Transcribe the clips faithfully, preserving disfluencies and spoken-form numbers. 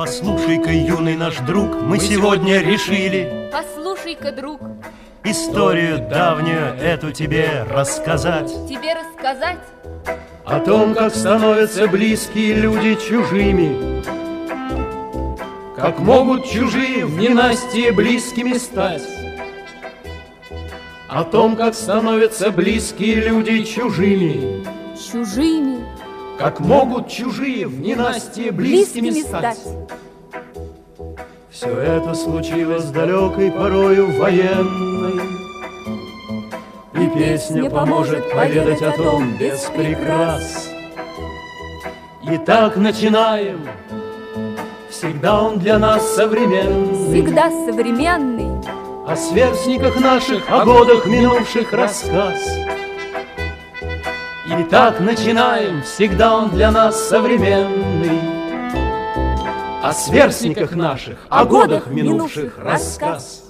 Послушай-ка, юный наш друг, мы сегодня решили Послушай-ка, друг, историю давнюю эту тебе рассказать. тебе рассказать О том, как становятся близкие люди чужими, как могут чужие в ненастье близкими стать. О том, как становятся близкие люди чужими, чужими, как могут чужие в ненастье близкими, близкими стать. стать. Все это случилось далекой порою военной, и песня поможет поведать о том без прикрас. Итак, начинаем. Всегда он для нас современный, Всегда современный, о сверстниках наших, о годах минувших рассказ. Итак, начинаем. Всегда он для нас современный, о сверстниках наших, о годах минувших рассказ.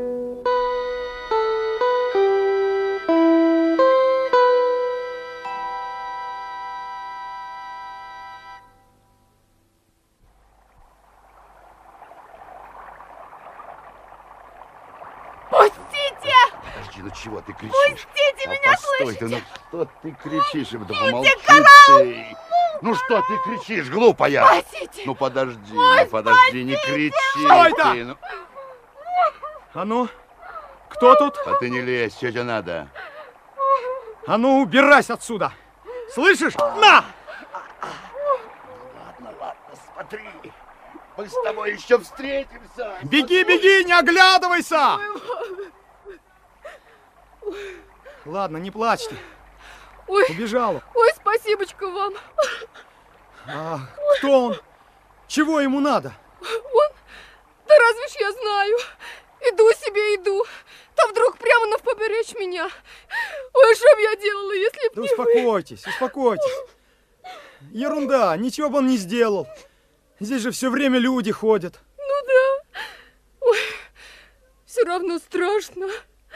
Пустите! Подожди, ну чего ты кричишь? Пустите а меня, постой слышите? ты, ну что ты кричишь? Да Пустите, помолчи караул! ты. Ну что ты кричишь, глупая? Спасите! Ну подожди, Ой, ну подожди, не кричи Стой ты! ты. Ну, А ну, кто тут? а ты не лезь, что тебе надо? А ну, убирайся отсюда! Слышишь? На! Ладно, ладно, смотри. Мы с тобой еще встретимся. Беги, беги, не оглядывайся! Ладно, не плачьте. Ой, Убежал. ой, спасибочка вам. А кто он? Чего ему надо? Он, да разве ж я знаю. Иду себе, иду. Там вдруг прямо навпоберечь меня. Ой, что б я делала, если б Да не успокойтесь, успокойтесь. Ерунда, ничего бы он не сделал. Здесь же все время люди ходят. вы? Ну да. Ой, все равно страшно.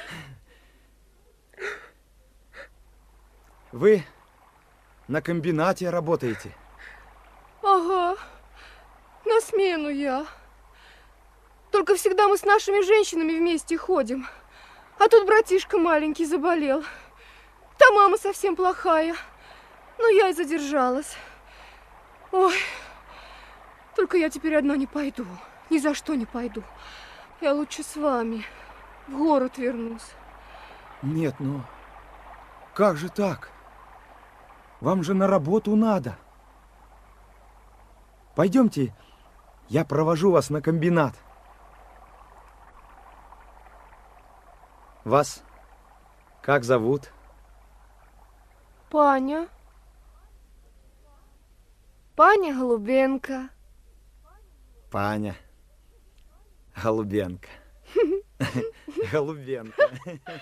Вы на комбинате работаете? Ага, на смену я. Только всегда мы с нашими женщинами вместе ходим. А тут братишка маленький заболел. Та мама совсем плохая. Ну, я и задержалась. Ой, только я теперь одна не пойду. Ни за что не пойду. Я лучше с вами в город вернусь. Нет, ну, как же так? Вам же на работу надо. Пойдемте, я провожу вас на комбинат. Вас как зовут? Паня. Паня Голубенко. Паня. Голубенко. Голубенко.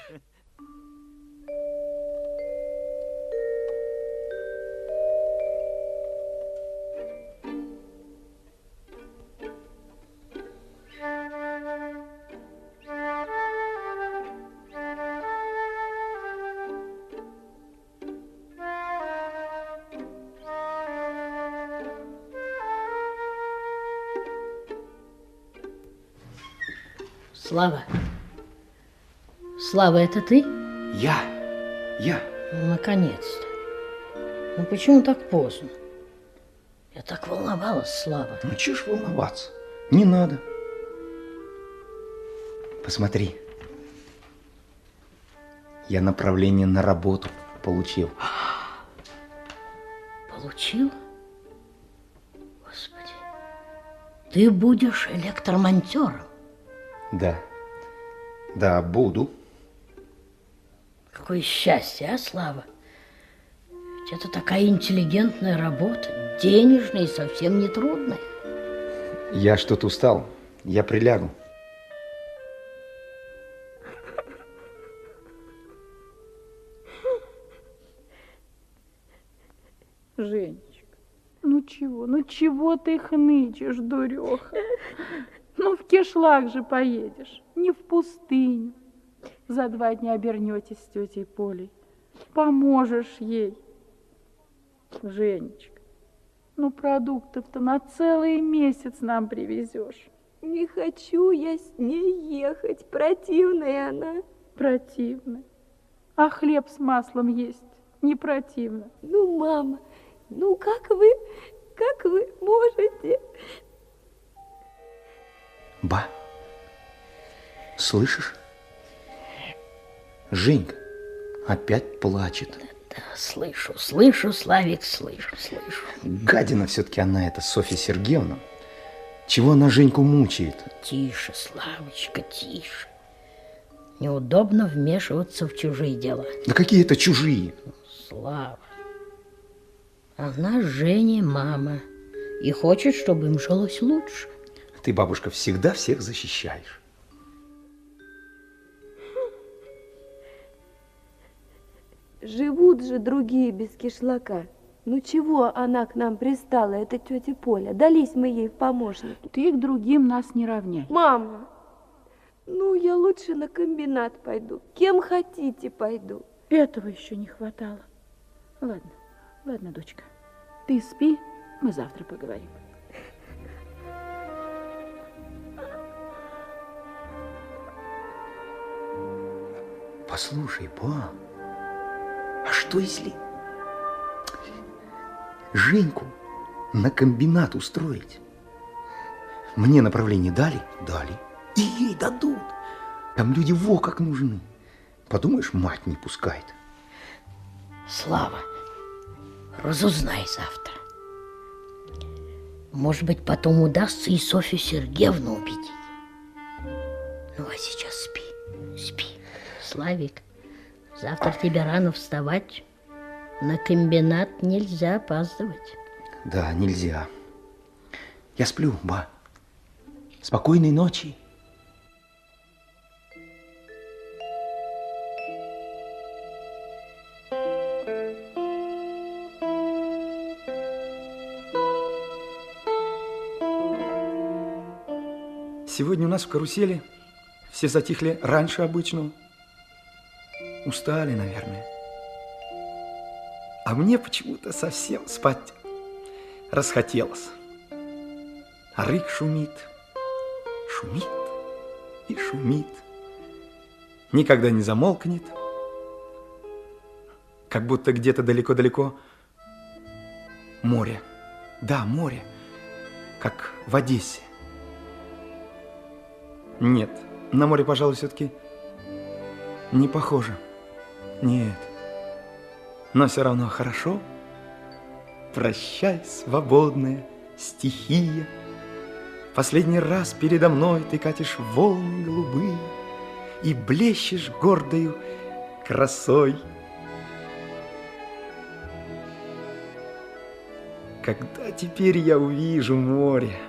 Слава. Слава, это ты? Я, я. Ну, наконец-то. Ну, почему так поздно? Я так волновалась, Слава. Ну, чего ж волноваться? Не надо. Посмотри. Я направление на работу получил. Получил? Господи. Ты будешь электромонтером? Да. Да, буду. Какое счастье, а, Слава? Ведь это такая интеллигентная работа, денежная и совсем не трудная. Я что-то устал. Я прилягу. Женечка, ну чего, ну чего ты хнычешь, дуреха? Ну в кишлак же поедешь, не в пустыню. За два дня обернетесь с тетей Полей, поможешь ей. Женечка, Ну, продуктов-то на целый месяц нам привезешь. Не хочу я с ней ехать, противная она. Противно. А хлеб с маслом есть не противно. Ну, мама, ну как вы, как вы можете? Ба, слышишь? Женька опять плачет. Да, слышу, слышу, Славик, слышу, слышу. Гадина все-таки она, эта Софья Сергеевна. Чего она Женьку мучает? Тише, Славочка, тише. Неудобно вмешиваться в чужие дела. Да какие это чужие? Слава, она Жене мама и хочет, чтобы им жилось лучше. Ты, бабушка, всегда всех защищаешь. Живут же другие без кишлака. Ну чего она к нам пристала, эта тетя Поля? Дались мы ей в помощники. Ты к другим нас не равняй. Мама, ну я лучше на комбинат пойду. Кем хотите пойду. Этого еще не хватало. Ладно, ладно, дочка. Ты спи, мы завтра поговорим. Послушай, ба, а что если Женьку на комбинат устроить? Мне направление дали? Дали. И ей дадут. Там люди во как нужны. Подумаешь, мать не пускает. Слава, разузнай завтра. Может быть, потом удастся и Софью Сергеевну убедить. Ну, а сейчас спи, спи. Славик, завтра тебе рано вставать. На комбинат нельзя опаздывать. Да, нельзя. Я сплю, ба. Спокойной ночи. Сегодня у нас в карусели все затихли раньше обычного. Устали, наверное. А мне почему-то совсем спать расхотелось. А рык шумит, шумит и шумит. Никогда не замолкнет. Как будто где-то далеко-далеко море. Да, море, как в Одессе. Нет, на море, пожалуй, все-таки не похоже. Нет. Но все равно хорошо. Прощай, свободная стихия. Последний раз передо мной ты катишь волны голубые и блещешь гордою красой. Когда теперь я увижу море?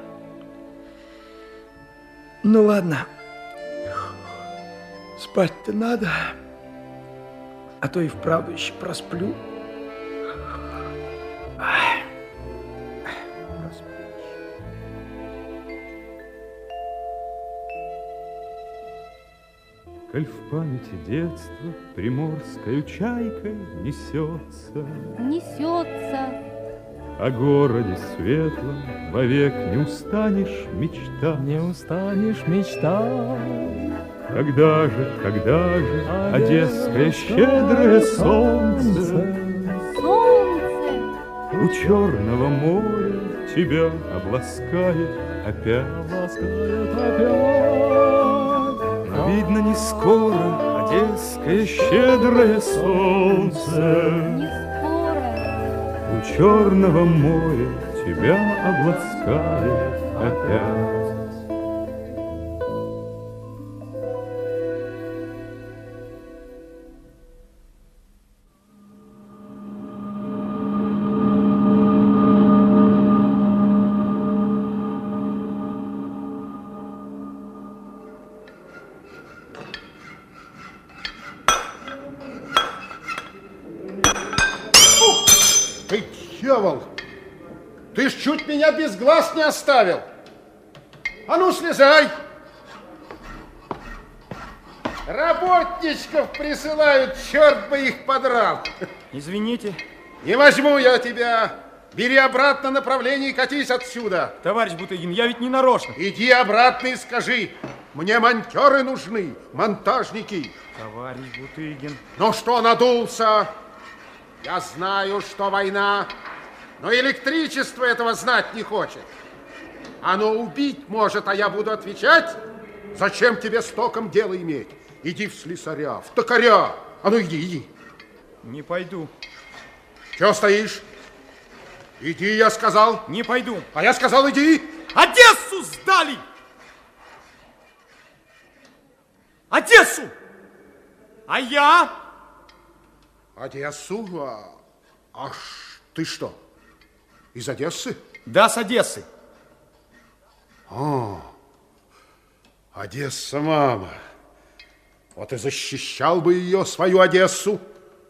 Ну ладно, спать-то надо, а то и вправду еще просплю. Ай. Коль в памяти детства приморскою чайкой несется, Несется. о городе светлом вовек не устанешь мечтать. Не устанешь мечтать. Когда же, когда же одесское щедрое солнце Солнце. у Черного моря тебя обласкает опять? Ласкает опять. Видно, не скоро одесское щедрое солнце Не скоро. у Черного моря тебя обласкает опять. Ты дьявол! Ты ж чуть меня без глаз не оставил! А ну, слезай! Работничков присылают, черт бы их подрал! Извините. Не возьму я тебя! Бери обратно направление и катись отсюда. Товарищ Бутыгин, я ведь не нарочно. Иди обратно и скажи, мне монтеры нужны, монтажники. Товарищ Бутыгин. Ну что надулся? Я знаю, что война, но электричество этого знать не хочет. Оно убить может, а я буду отвечать? Зачем тебе с током дело иметь? Иди в слесаря, в токаря. А ну иди, иди. Не пойду. Чего стоишь? Иди, я сказал. Не пойду. А я сказал, иди. Одессу сдали! Одессу! А я? Одессу? А, а ты что, из Одессы? Да, с Одессы. О, Одесса, мама. Вот и защищал бы ее, свою Одессу.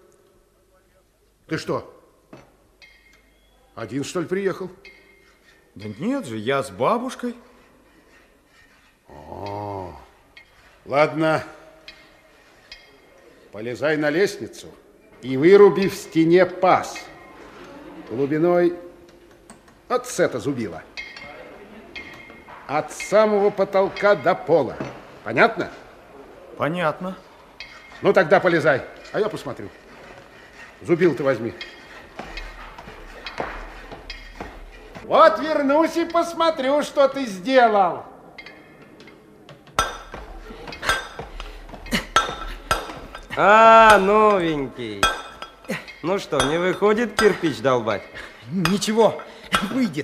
Ты что, один, что ли, приехал? Да нет же, я с бабушкой. О, ладно. Полезай на лестницу и выруби в стене паз глубиной от сета зубила. От самого потолка до пола. Понятно? Понятно. Ну, тогда полезай, а я посмотрю. Зубил ты возьми. Вот вернусь и посмотрю, что ты сделал. А, новенький. Ну что, не выходит кирпич долбать? Ничего, выйдет.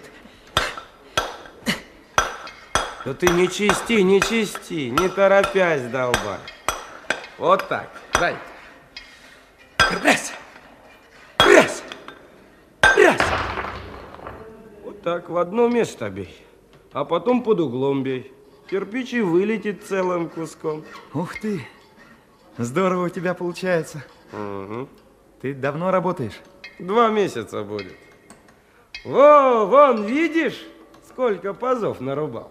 Да ты не чисти, не чисти, не торопясь долбай. Вот так, дай. Раз, раз, раз. Вот так в одно место бей, а потом под углом бей. Кирпич и вылетит целым куском. Ух ты, здорово у тебя получается. Угу. Ты давно работаешь? Два месяца будет. Во, вон, видишь, сколько пазов нарубал?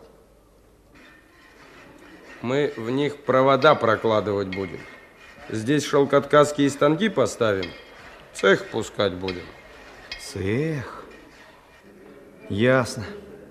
Мы в них провода прокладывать будем. Здесь шелкоткацкие станки поставим, цех пускать будем. Цех? Ясно.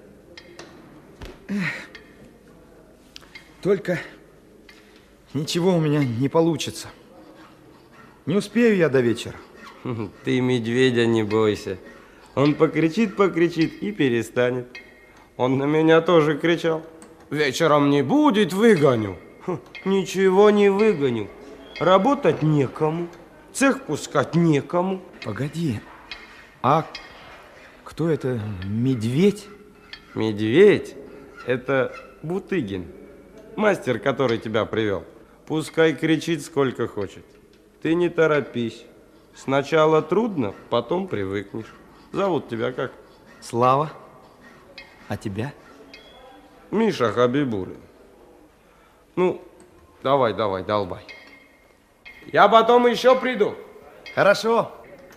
Эх. Только ничего у меня не получится. Не успею я до вечера. Ты медведя не бойся. Он покричит, покричит и перестанет. Он на меня тоже кричал. Вечером не будет, выгоню. Ничего не выгоню. Работать некому, цех пускать некому. Погоди, а кто это, медведь? Медведь – это Бутыгин, мастер, который тебя привел. Пускай кричит сколько хочет. Ты не торопись. Сначала трудно, потом привыкнешь. Зовут тебя как? Слава. А тебя? Миша Хабибулин. Ну, давай, давай, долбай. Я потом еще приду. Хорошо.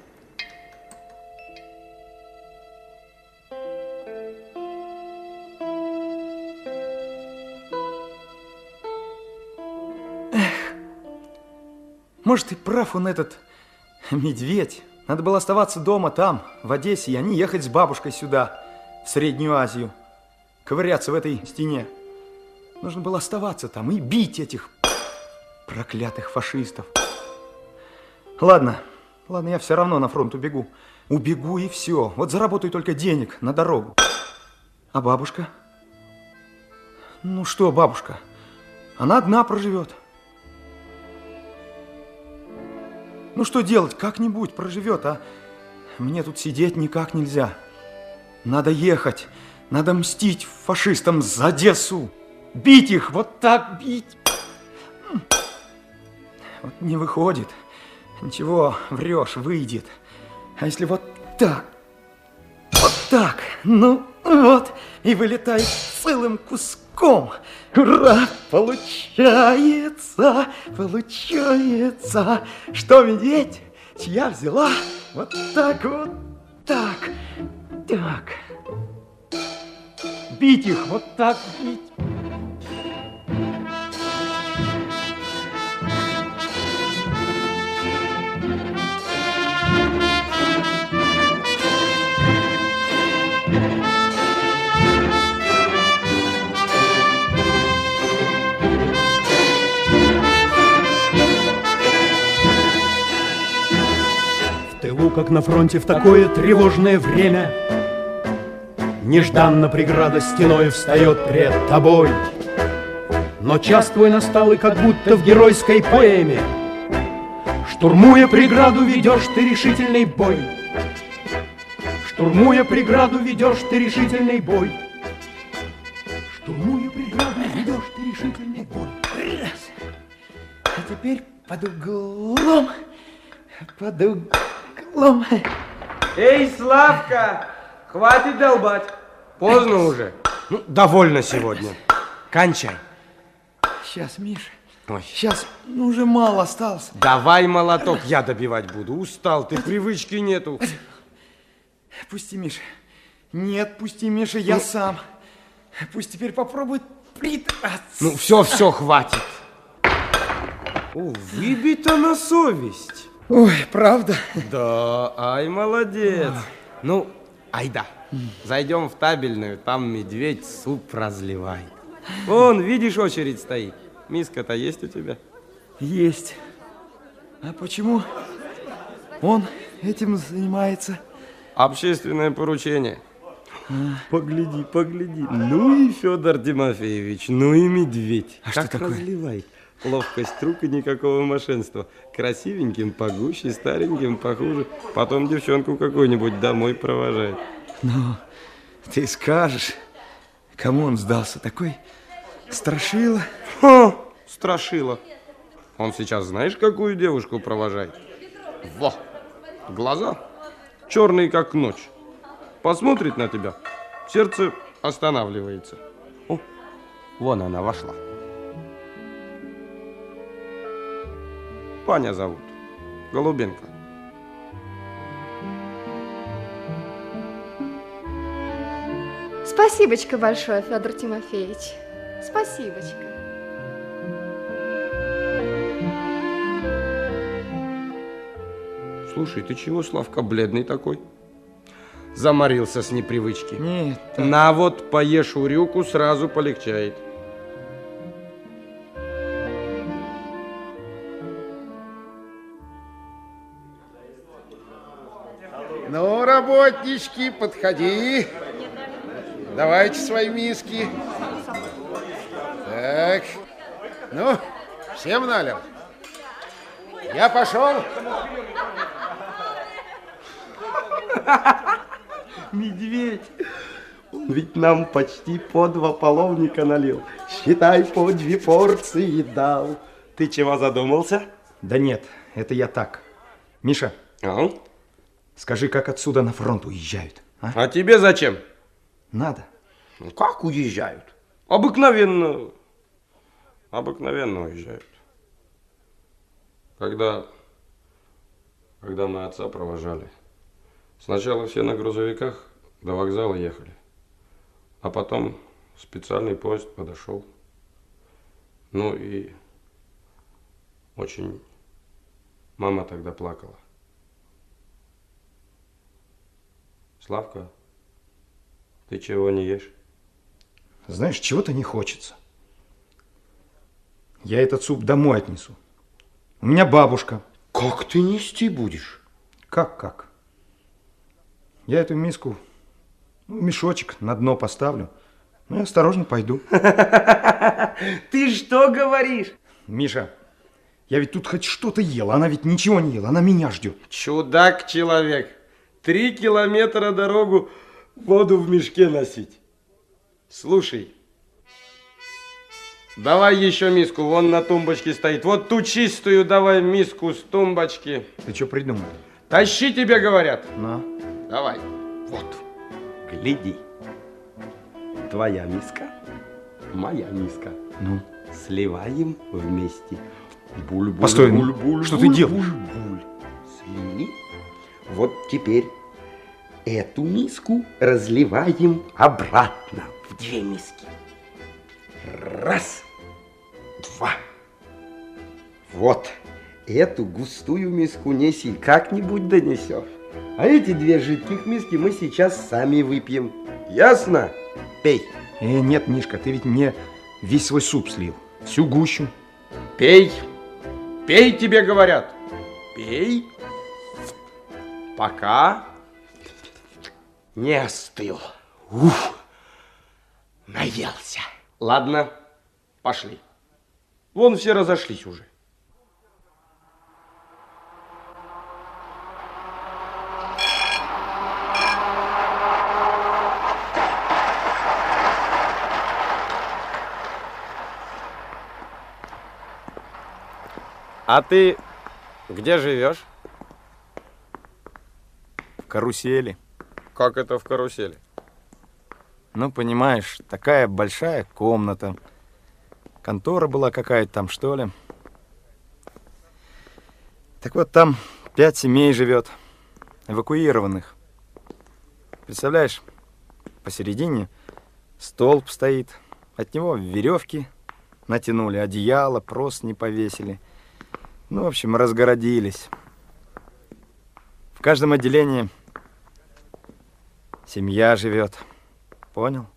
Эх, может, и прав он этот медведь. Надо было оставаться дома там, в Одессе, а не ехать с бабушкой сюда, в Среднюю Азию, ковыряться в этой стене. Нужно было оставаться там и бить этих проклятых фашистов. Ладно, ладно, я все равно на фронт убегу. Убегу и все. Вот заработаю только денег на дорогу. А бабушка? Ну что, бабушка? Она одна проживет. Ну что делать? Как-нибудь проживет, а мне тут сидеть никак нельзя. Надо ехать. Надо мстить фашистам за Одессу. Бить их, вот так бить. Вот не выходит. Ничего, врешь, выйдет. А если вот так? Вот так. Ну, вот. И вылетает целым куском. Ура! Получается, получается, что медведь, чья взяла, вот так, вот так, так. Бить их, вот так бить. как на фронте в такое тревожное время нежданно преграда стеной встает пред тобой. Но час твой настал, и как будто в геройской поэме, штурмуя преграду, ведешь ты решительный бой. Штурмуя преграду, ведешь ты решительный бой. Штурмуя преграду, ведешь ты решительный бой. Раз. А теперь под углом, под углом. Эй, Славка, хватит долбать. Поздно уже. Ну, довольно сегодня. Кончай. Сейчас, Миша. Ой. Сейчас, ну уже мало осталось. Давай молоток, я добивать буду. Устал, ты, привычки нету. Пусти, Миша. Нет, пусти, Миша, я ну... сам. Пусть теперь попробует придраться. Ну, все, все, хватит. О, выбито на совесть. Ой, правда? Да, ай, молодец. Ну, айда. Зайдем в табельную, там медведь суп разливает. Вон, видишь, очередь стоит. Миска-то есть у тебя? Есть. А почему он этим занимается? Общественное поручение. А. Погляди, погляди. Ну и Федор Тимофеевич, ну и медведь. А как что такое? Разливает. Ловкость рук и никакого мошенства. Красивеньким погуще, стареньким похуже. Потом девчонку какую-нибудь домой провожает. Ну, ты скажешь, кому он сдался? Такой страшила? Ха, страшила. Он сейчас знаешь, какую девушку провожает? Во, глаза черные, как ночь. Посмотрит на тебя, сердце останавливается. О, вон она вошла. Паня зовут, Голубенко. Спасибочка большое, Федор Тимофеевич. Спасибочка. Слушай, ты чего, Славка, бледный такой? Заморился с непривычки. Нет. На вот, поешь урюку, сразу полегчает. Ну, работнички, подходи. Давайте свои миски. Так. Ну, всем налил. Я пошел. Медведь, он ведь нам почти по два половника налил. Считай, по две порции дал. Ты чего задумался? Да нет, это я так. Миша, а? Скажи, как отсюда на фронт уезжают? А, а тебе зачем? Надо. Ну, как уезжают? Обыкновенно. Обыкновенно уезжают. Когда, когда мы отца провожали, сначала все на грузовиках до вокзала ехали, а потом специальный поезд подошел. Ну и очень мама тогда плакала. Славка, ты чего не ешь? Знаешь, чего-то не хочется. Я этот суп домой отнесу. У меня бабушка. Как ты нести будешь? Как, как? Я эту миску, ну, мешочек на дно поставлю, ну и осторожно пойду. Ты что говоришь? Миша, я ведь тут хоть что-то ел, она ведь ничего не ела, она меня ждет. Чудак-человек. Три километра дорогу воду в мешке носить. Слушай, давай еще миску, вон на тумбочке стоит. Вот ту чистую давай миску с тумбочки. Ты что придумал? Тащи, тебе говорят. На. Давай. Вот, гляди. Твоя миска, моя миска. Ну? Сливаем вместе. Буль-буль, Постой, буль-буль, что буль, ты делаешь? Буль-буль. Слили. Вот теперь эту миску разливаем обратно в две миски. Раз, два. Вот эту густую миску неси, как-нибудь донесешь. А эти две жидких миски мы сейчас сами выпьем. Ясно? Пей. Э, нет, Мишка, ты ведь мне весь свой суп слил, всю гущу. Пей. Пей, тебе говорят. Пей. Пока не остыл. Уф, наелся. Ладно, пошли. Вон все разошлись уже. А ты где живешь? В карусели. Как это в карусели? Ну, понимаешь, такая большая комната. Контора была какая-то там, что ли. Так вот, там пять семей живет, эвакуированных. Представляешь, посередине столб стоит. От него веревки натянули, одеяло, простыни повесили. Ну, в общем, разгородились. В каждом отделении семья живет. Понял?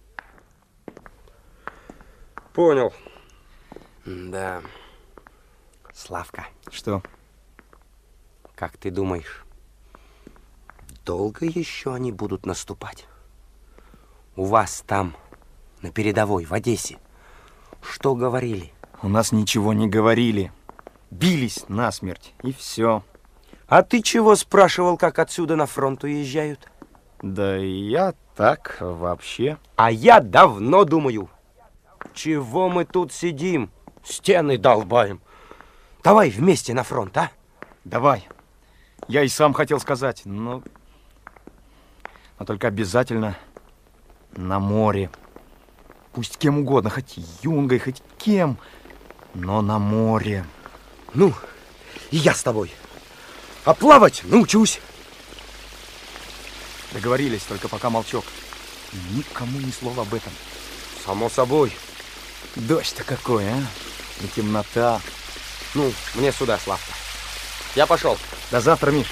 Понял. Да. Славка. Что? Как ты думаешь, долго еще они будут наступать? У вас там, на передовой, в Одессе, что говорили? У нас ничего не говорили. Бились насмерть, и все. А ты чего спрашивал, как отсюда на фронт уезжают? Да я так, вообще. А я давно думаю, чего мы тут сидим, стены долбаем. Давай вместе на фронт, а? Давай. Я и сам хотел сказать, но... Но только обязательно на море. Пусть кем угодно, хоть юнгой, хоть кем, но на море. Ну, и я с тобой. А плавать научусь. Договорились, только пока молчок. Никому ни слова об этом. Само собой. Дождь-то какой, а? И темнота. Ну, мне сюда, Славка. Я пошел. До завтра, Миш.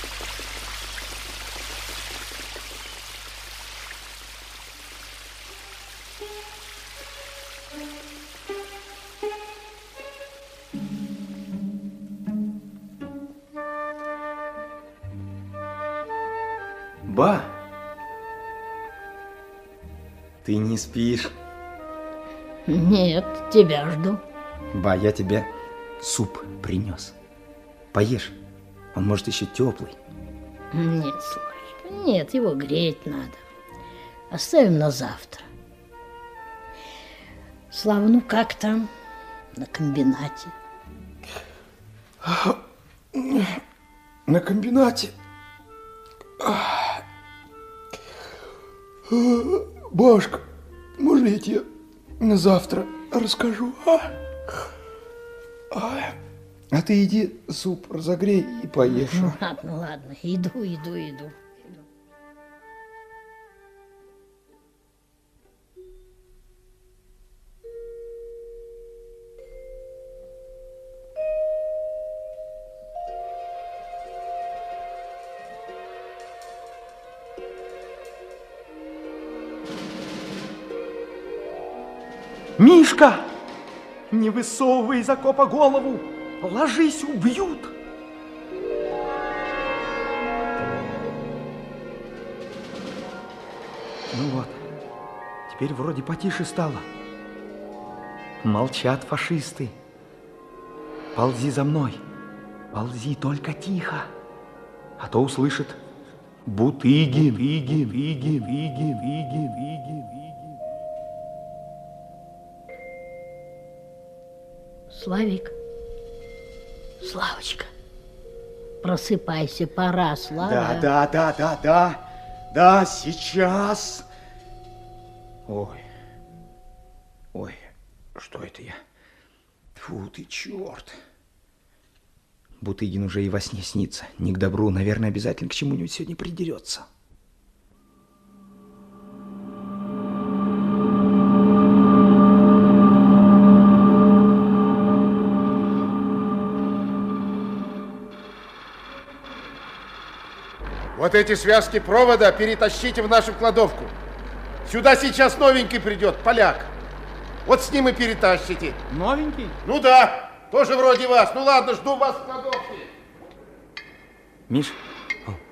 Ба, ты не спишь? Нет, тебя жду. Ба, я тебе суп принес. Поешь, он может еще теплый. Нет, Славочка, нет, его греть надо. Оставим на завтра. Слава, ну как там на комбинате? На комбинате? Бабушка, можно я тебе на завтра расскажу, а? А, а ты иди суп разогрей и поешь. Ну ладно, ладно, иду, иду, иду. Мишка! Не высовывай из окопа голову! Ложись, убьют! Ну вот, теперь вроде потише стало. Молчат фашисты. Ползи за мной. Ползи только тихо. А то услышит Бутыгин, Игин, Игин, Игин, Игин, Игин, Игин. Славик, Славочка, просыпайся, пора, Слава. Да, да, да, да, да, да, сейчас. Ой, ой, что это я? Фу ты, черт. Бутыгин уже и во сне снится. Не к добру, наверное, обязательно к чему-нибудь сегодня придерется. Вот эти связки провода перетащите в нашу кладовку. Сюда сейчас новенький придет, поляк. Вот с ним и перетащите. Новенький? Ну да, тоже вроде вас. Ну ладно, жду вас в кладовке. Миш,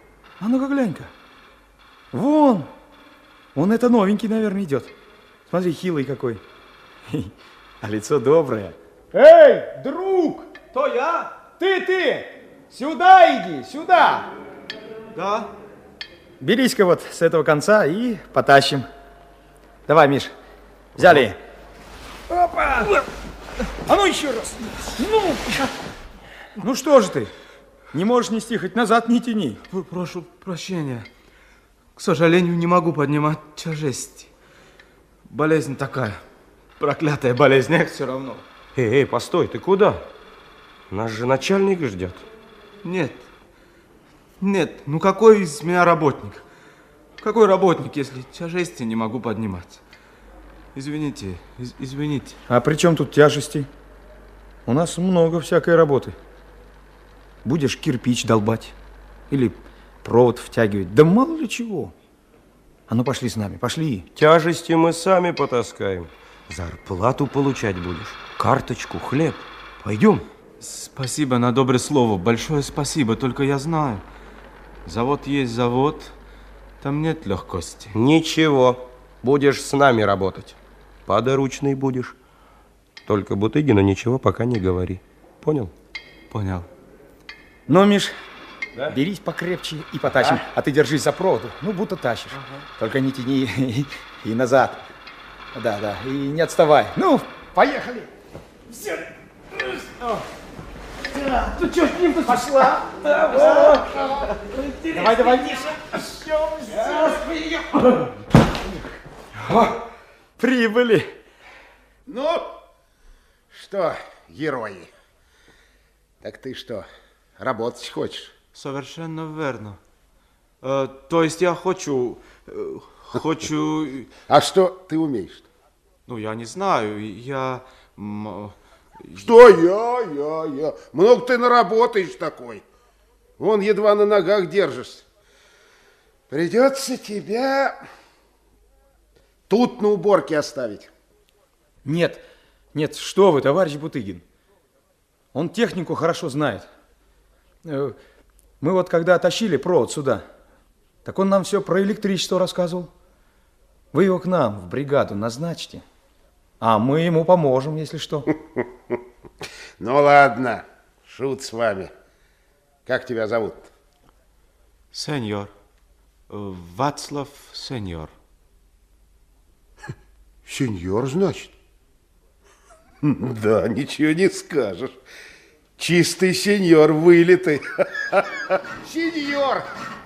А ну-ка глянь-ка. Вон. Он это новенький, наверное, идет. Смотри, хилый какой. А лицо доброе. Эй, друг! То я? Ты, ты! Сюда иди, сюда! Да? Берись-ка вот с этого конца и потащим. Давай, Миш. Взяли. Опа! А ну еще раз. Ну! Ну что же ты? Не можешь нести, хоть назад не тяни. Прошу прощения. К сожалению, не могу поднимать тяжести. Болезнь такая. Проклятая болезнь, эх, все равно. Эй, эй, постой, ты куда? Нас же начальник ждет. Нет. Нет, ну какой из меня работник? Какой работник, если тяжести не могу поднимать? Извините, из извините. А при чем тут тяжести? У нас много всякой работы. Будешь кирпич долбать или провод втягивать. Да мало ли чего. А ну пошли с нами, пошли. Тяжести мы сами потаскаем. Зарплату получать будешь. Карточку, хлеб. Пойдем. Спасибо на доброе слово. Большое спасибо. Только я знаю. Завод есть завод. Там нет легкости. Ничего. Будешь с нами работать. Подоручный будешь. Только Бутыгину ничего пока не говори. Понял? Понял. Ну, Миш, да? Берись покрепче и потащим. А, а ты держись за проводу. Ну, будто тащишь. Ага. Только не тяни и, и назад. Да, да. И не отставай. Ну, поехали. Все. Да, ну что, с ним-то пошла? Да, давай, давай, Миша. О, прибыли. Ну, что, герои? Так ты что, работать хочешь? Совершенно верно. Э, то есть я хочу... Э, хочу... А что ты умеешь? Ну, я не знаю. Я... Что я, я, я? Много ты наработаешь такой. Вон едва на ногах держишься. Придется тебя тут на уборке оставить. Нет, нет, что вы, товарищ Бутыгин. Он технику хорошо знает. Мы вот когда тащили провод сюда, так он нам все про электричество рассказывал. Вы его к нам в бригаду назначьте, а мы ему поможем, если что. Ну ладно, шут с вами. Как тебя зовут? Сеньор. Вацлав сеньор. Сеньор, значит? Да, ничего не скажешь. Чистый сеньор, вылитый. Сеньор!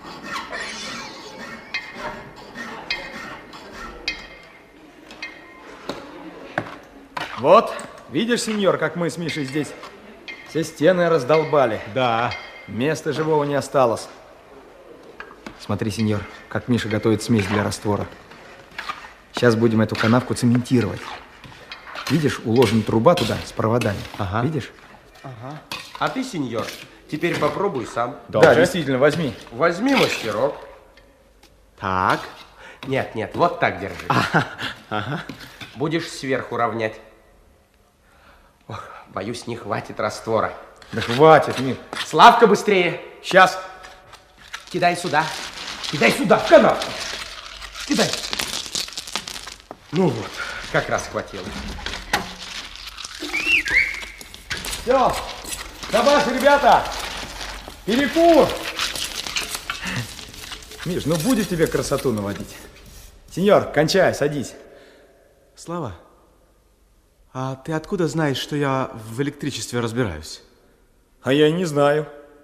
Вот, видишь, сеньор, как мы с Мишей здесь все стены раздолбали. Да. Места живого не осталось. Смотри, сеньор, как Миша готовит смесь для раствора. Сейчас будем эту канавку цементировать. Видишь, уложена труба туда с проводами. Ага. Видишь? Ага. А ты, сеньор, теперь попробуй сам. Да, действительно, возьми. Возьми мастерок. Так. Нет, нет, вот так держи. Ага. Ага. Будешь сверху равнять. Ох, боюсь, не хватит раствора. Да хватит, Мир. Славка, быстрее. Сейчас. Кидай сюда. Кидай сюда, в канавку. Кидай. Ну вот, как раз хватило. Все, добавь, ребята, перекур. Миш, ну будет тебе красоту наводить. Сеньор, кончай, садись. Слава, а ты откуда знаешь, что я в электричестве разбираюсь? А я и не знаю.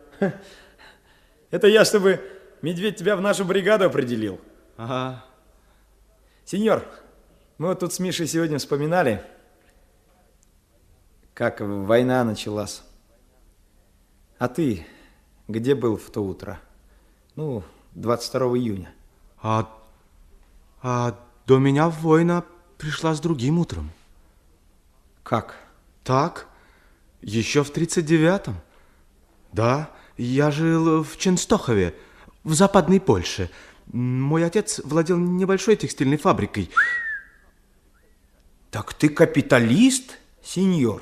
Это я, чтобы Медведь тебя в нашу бригаду определил. Ага. Сеньор, мы вот тут с Мишей сегодня вспоминали, как война началась. А ты где был в то утро? Ну, двадцать второго июня. А, а до меня война пришла с другим утром. Как? Так, еще в тридцать девятом. Да, я жил в Ченстохове, в Западной Польше. Мой отец владел небольшой текстильной фабрикой. Так ты капиталист, сеньор?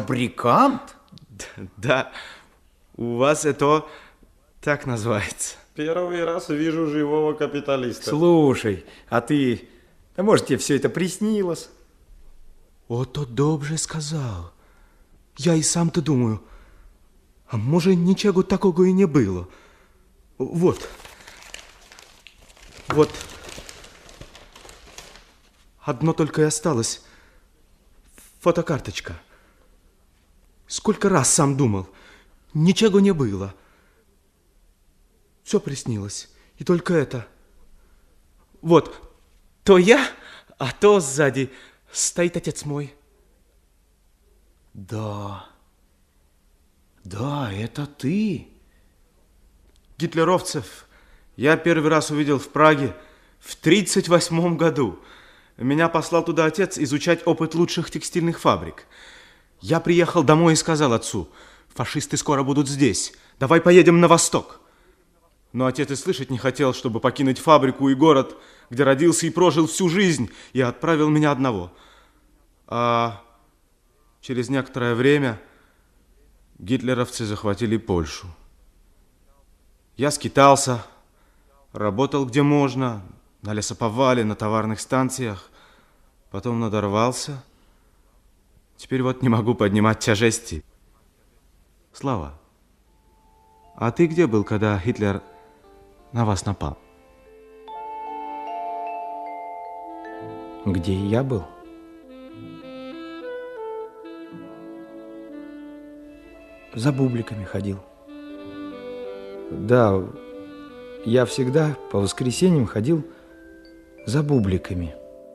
Фабрикант? Да, у вас это так называется. Первый раз вижу живого капиталиста. Слушай, а ты, а может, тебе все это приснилось? Ото добре сказав. Я і сам-то думаю, а може нічого такого і не було. Вот. Вот. Одно только и осталось. Фотокарточка. Сколько раз сам думал, ничего не было. Все приснилось. И только это. Вот. То я, а то сзади стоит отец мой. Да. Да, это ты. Гитлеровцев я первый раз увидел в Праге в тридцать восьмом году. Меня послал туда отец изучать опыт лучших текстильных фабрик. Я приехал домой и сказал отцу: фашисты скоро будут здесь, давай поедем на восток. Но отец и слышать не хотел, чтобы покинуть фабрику и город, где родился и прожил всю жизнь, и отправил меня одного. А через некоторое время гитлеровцы захватили Польшу. Я скитался, работал где можно, на лесоповале, на товарных станциях, потом надорвался. Теперь вот не могу поднимать тяжести. Слава, а ты где был, когда Гитлер на вас напал? Где я был? За бубликами ходил. Да, я всегда по воскресеньям ходил за бубликами.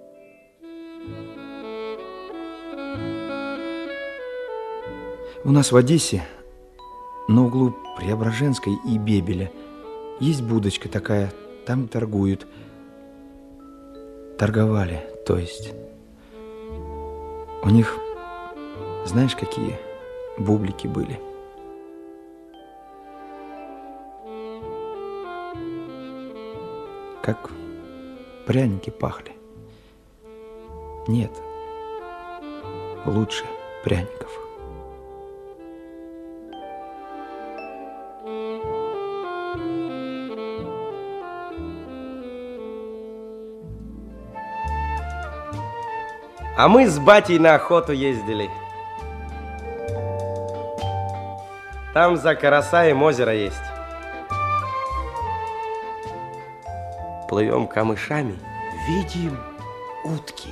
У нас в Одессе на углу Преображенской и Бебеля есть будочка такая, там торгуют. Торговали, то есть. У них, знаешь, какие бублики были? Как пряники пахли. Нет, лучше пряников. А мы с батей на охоту ездили. Там за Карасаем озеро есть. Плывем камышами, видим утки.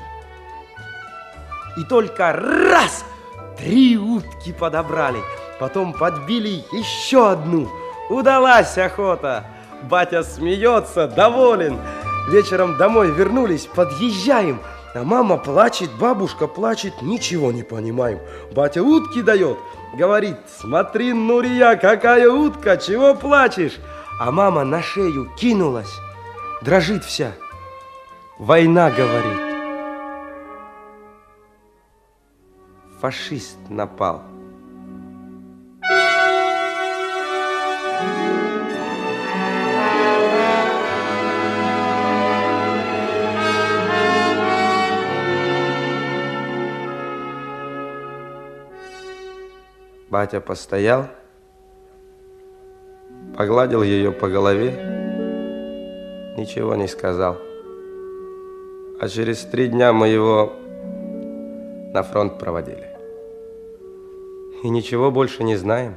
И только раз, три утки подобрали. Потом подбили еще одну. Удалась охота. Батя смеется, доволен. Вечером домой вернулись, подъезжаем. А мама плачет, бабушка плачет, ничего не понимаем. Батя утки дает, говорит: смотри, Нурия, какая утка, чего плачешь? А мама на шею кинулась, дрожит вся. Война, говорит. Фашист напал. Батя постоял, погладил ее по голове, ничего не сказал. А через три дня мы его на фронт проводили. И ничего больше не знаем.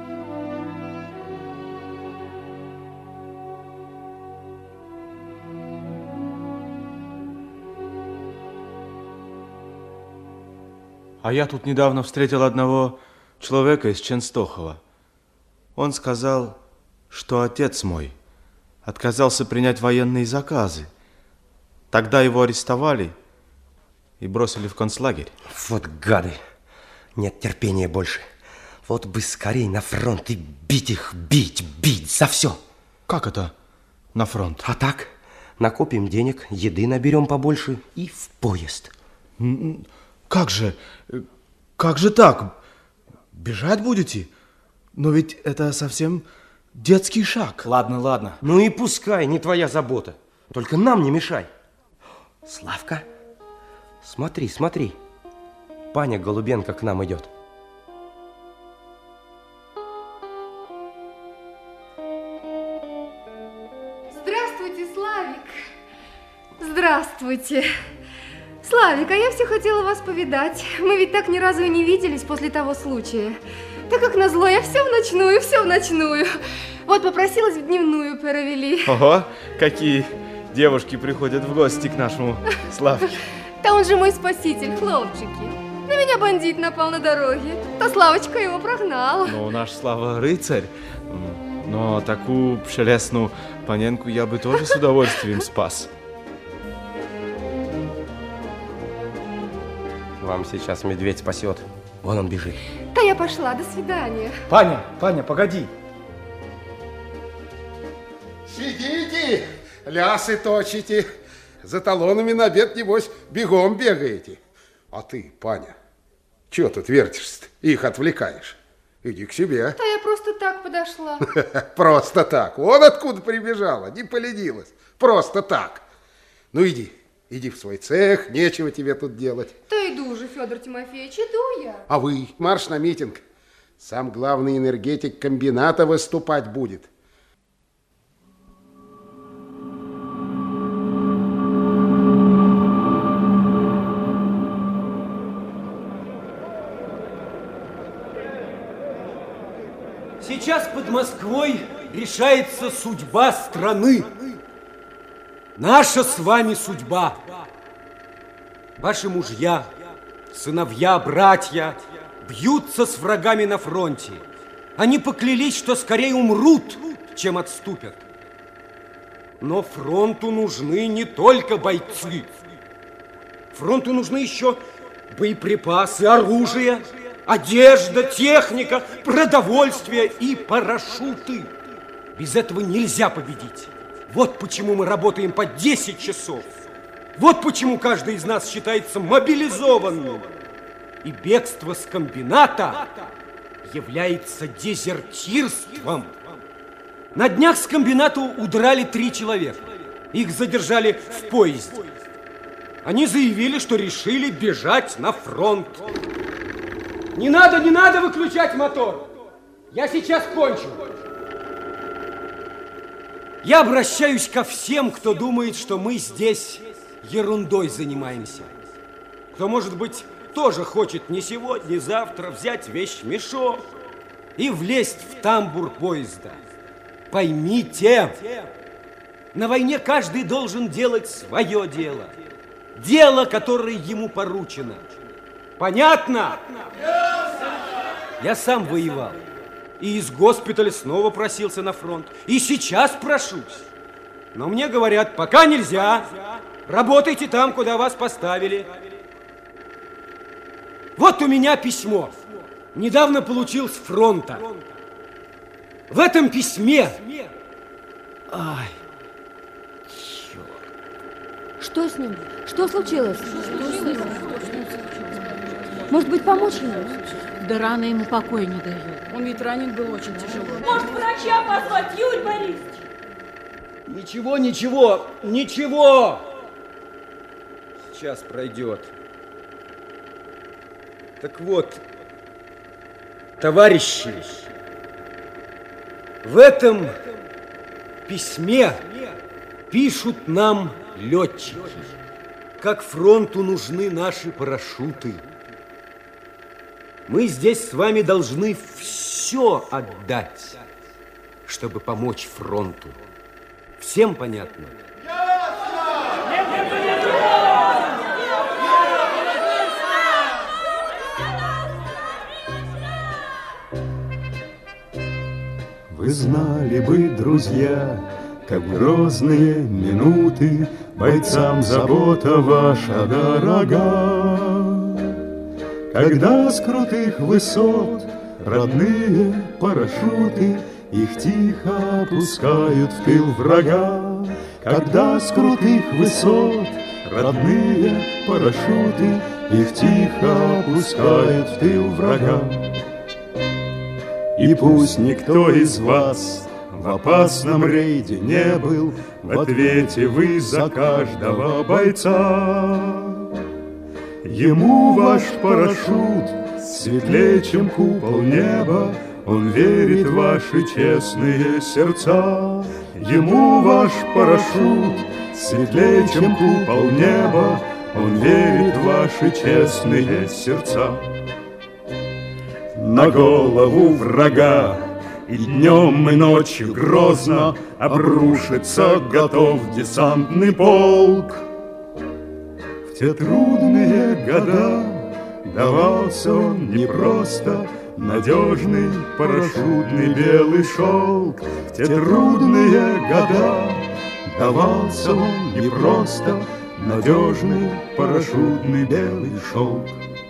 А я тут недавно встретил одного человека из Ченстохова. Он сказал, что отец мой отказался принять военные заказы. Тогда его арестовали и бросили в концлагерь. Вот гады. Нет терпения больше. Вот бы скорей на фронт и бить их, бить, бить за все. Как это на фронт? А так, накопим денег, еды наберем побольше и в поезд. Как же, как же так? Бежать будете? Но ведь это совсем детский шаг. Ладно, ладно. Ну и пускай, не твоя забота. Только нам не мешай. Славка, смотри, смотри. Паня Голубенко к нам идет. Здравствуйте. Славик, а я все хотела вас повидать. Мы ведь так ни разу и не виделись после того случая. Так как назло, я все в ночную, все в ночную. Вот попросилась в дневную провели. Ого, какие девушки приходят в гости к нашему Славке. Да он же мой спаситель, хлопчики. На меня бандит напал на дороге. То Славочка его прогнала. Ну, наш Слава рыцарь. Но такую шелестную паненку я бы тоже с удовольствием спас. Вам сейчас медведь спасет. Вон он бежит. Да я пошла, до свидания. Паня, Паня, погоди. Сидите, лясы точите. За талонами на обед, небось, бегом бегаете. А ты, Паня, чего тут вертишься-то? Их отвлекаешь. Иди к себе. Да я просто так подошла. Просто так. Вон откуда прибежала, не поленилась. Просто так. Ну иди, иди в свой цех, нечего тебе тут делать. Да иду уже, Федор Тимофеевич, иду я. А вы, марш на митинг. Сам главный энергетик комбината выступать будет. Сейчас под Москвой решается судьба страны. Наша с вами судьба. Ваши мужья, сыновья, братья бьются с врагами на фронте. Они поклялись, что скорее умрут, чем отступят. Но фронту нужны не только бойцы. Фронту нужны еще боеприпасы, оружие, одежда, техника, продовольствие и парашюты. Без этого нельзя победить. Вот почему мы работаем по десять часов. Вот почему каждый из нас считается мобилизованным. И бегство с комбината является дезертирством. На днях с комбината удрали три человека. Их задержали в поезде. Они заявили, что решили бежать на фронт. Не надо, не надо выключать мотор. Я сейчас кончу. Я обращаюсь ко всем, кто думает, что мы здесь ерундой занимаемся. Кто, может быть, тоже хочет не сегодня, не завтра взять вещмешок и влезть в тамбур поезда. Поймите, на войне каждый должен делать свое дело. Дело, которое ему поручено. Понятно? Я сам воевал. И из госпиталя снова просился на фронт. И сейчас прошусь. Но мне говорят, пока нельзя. Работайте там, куда вас поставили. Вот у меня письмо. Недавно получил с фронта. В этом письме... Ай, черт. Что с ним? Что случилось? Что с ним? Может быть, помочь ему? Да рана ему покоя не дает. Он ведь ранен был очень тяжело. Может, врача позвать, Юрий Борисович? Ничего, ничего, ничего. Сейчас пройдет. Так вот, товарищи, в этом письме пишут нам летчики, как фронту нужны наши парашюты. Мы здесь с вами должны все отдать, чтобы помочь фронту. Всем понятно? Вы знали бы, друзья, как в грозные минуты бойцам забота ваша дорога. Когда с крутых высот родные парашюты их тихо опускают в тыл врага. Когда с крутых высот родные парашюты их тихо опускают в тыл врага. И пусть никто из вас в опасном рейде не был, в ответе вы за каждого бойца. Ему ваш парашют светлее, чем купол неба, он верит в ваши честные сердца. Ему ваш парашют светлее, чем купол неба, он верит в ваши честные сердца. На голову врага и днем, и ночью грозно обрушится готов десантный полк. В те трудные года давался он непросто надежный парашютный белый шелк. В те трудные года давался он непросто надежный парашютный белый шелк.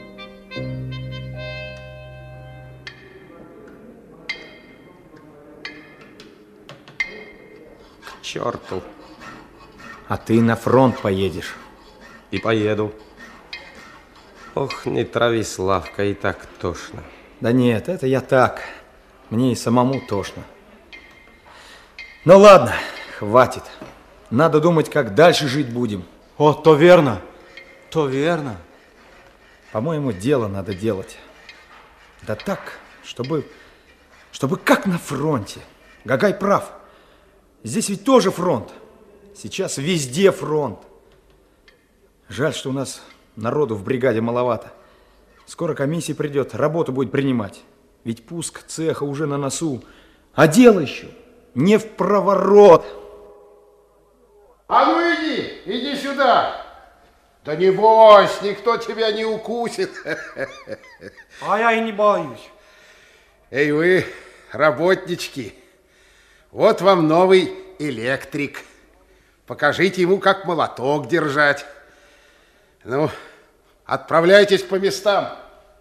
К черту. А ты на фронт поедешь. И поеду. Ох, не трави, Славка, и так тошно. Да нет, это я так. Мне и самому тошно. Ну ладно, хватит. Надо думать, как дальше жить будем. О, то верно, то верно. По-моему, дело надо делать. Да так, чтобы, чтобы как на фронте. Гагай прав. Здесь ведь тоже фронт. Сейчас везде фронт. Жаль, что у нас народу в бригаде маловато. Скоро комиссия придет, работу будет принимать. Ведь пуск цеха уже на носу. А дело еще не в проворот. А ну иди, иди сюда. Да не бойся, никто тебя не укусит. А я и не боюсь. Эй, вы, работнички, вот вам новый электрик. Покажите ему, как молоток держать. Ну, отправляйтесь по местам.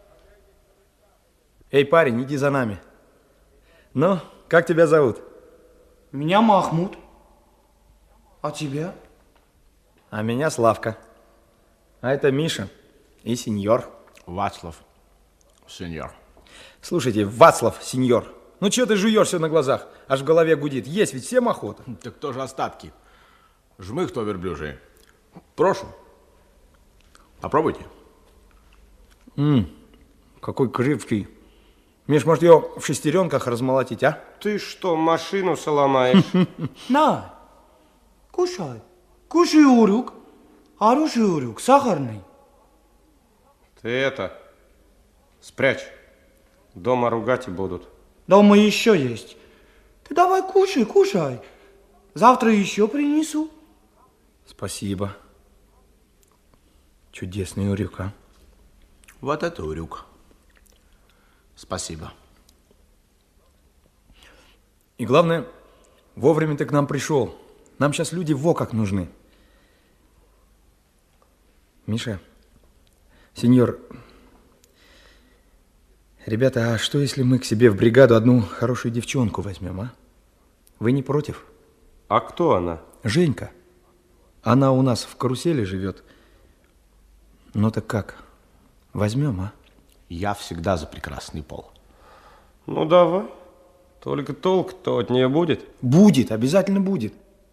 Эй, парень, иди за нами. Ну, как тебя зовут? Меня Махмуд. А тебя? А меня Славка. А это Миша и сеньор. Вацлав, сеньор. Слушайте, Вацлав, сеньор, ну что ты жуешь все на глазах? Аж в голове гудит. Есть ведь всем охота. Так тоже остатки. Жмых то верблюжие. Прошу. Попробуйте. Ммм, какой крепкий. Миш, может, ее в шестеренках размолотить, а? Ты что, машину сломаешь? На, кушай. Кушай, урюк. Хороший урюк, сахарный. Ты это, спрячь. Дома ругать и будут. Дома еще есть. Ты давай кушай, кушай. Завтра еще принесу. Спасибо. Чудесный урюк, а? Вот это урюк. Спасибо. И главное, вовремя ты к нам пришел. Нам сейчас люди во как нужны. Миша, сеньор, ребята, а что если мы к себе в бригаду одну хорошую девчонку возьмем, а? Вы не против? А кто она? Женька. Она у нас в карусели живет. Ну так как? Возьмем, а? Я всегда за прекрасный пол. Ну давай. Только толк-то от нее будет? Будет, обязательно будет.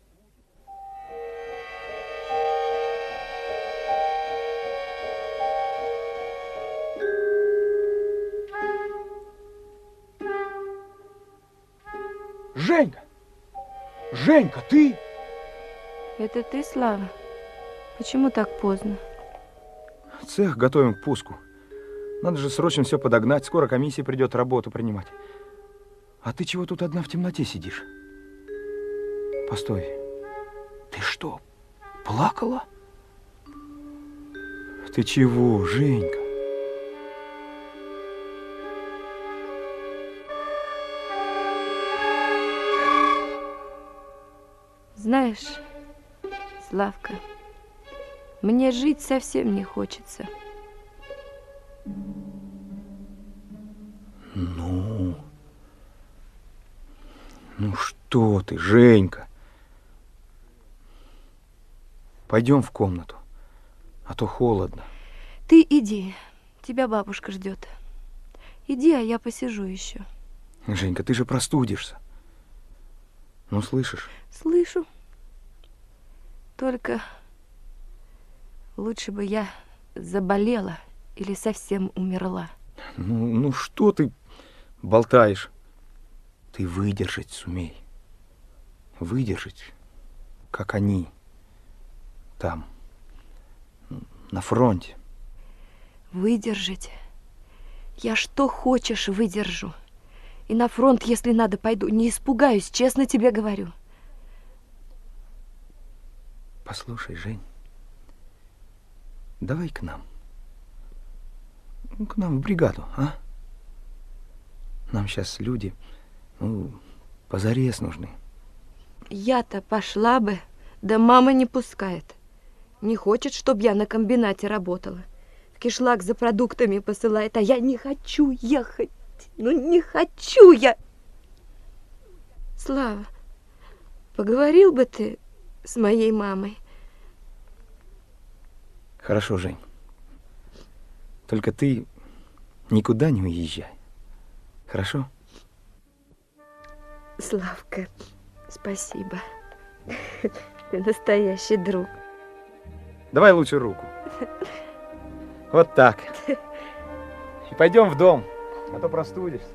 Женька! Женька, ты? Это ты, Слава? Почему так поздно? Цех готовим к пуску. Надо же срочно все подогнать. Скоро комиссия придет работу принимать. А ты чего тут одна в темноте сидишь? Постой. Ты что, плакала? Ты чего, Женька? Знаешь, Славка, мне жить совсем не хочется. Ну, ну что ты, Женька? Пойдем в комнату, а то холодно. Ты иди, тебя бабушка ждет. Иди, а я посижу еще. Женька, ты же простудишься. Ну, слышишь? Слышу. Только лучше бы я заболела или совсем умерла. Ну, ну что ты болтаешь? Ты выдержать сумей. выдержать, как они там, на фронте. Выдержать? Я что хочешь выдержу. И на фронт, если надо, пойду. Не испугаюсь, честно тебе говорю. Послушай, Жень, давай к нам. Ну, к нам в бригаду, а? Нам сейчас люди, ну, позарез нужны. Я-то пошла бы, да мама не пускает. Не хочет, чтобы я на комбинате работала. В кишлак за продуктами посылает, а я не хочу ехать. Ну, не хочу я. Слава, поговорил бы ты с моей мамой? Хорошо, Жень. Только ты никуда не уезжай. Хорошо? Славка, спасибо. Ты настоящий друг. Давай лучше руку. Вот так. И пойдем в дом, а то простудишься.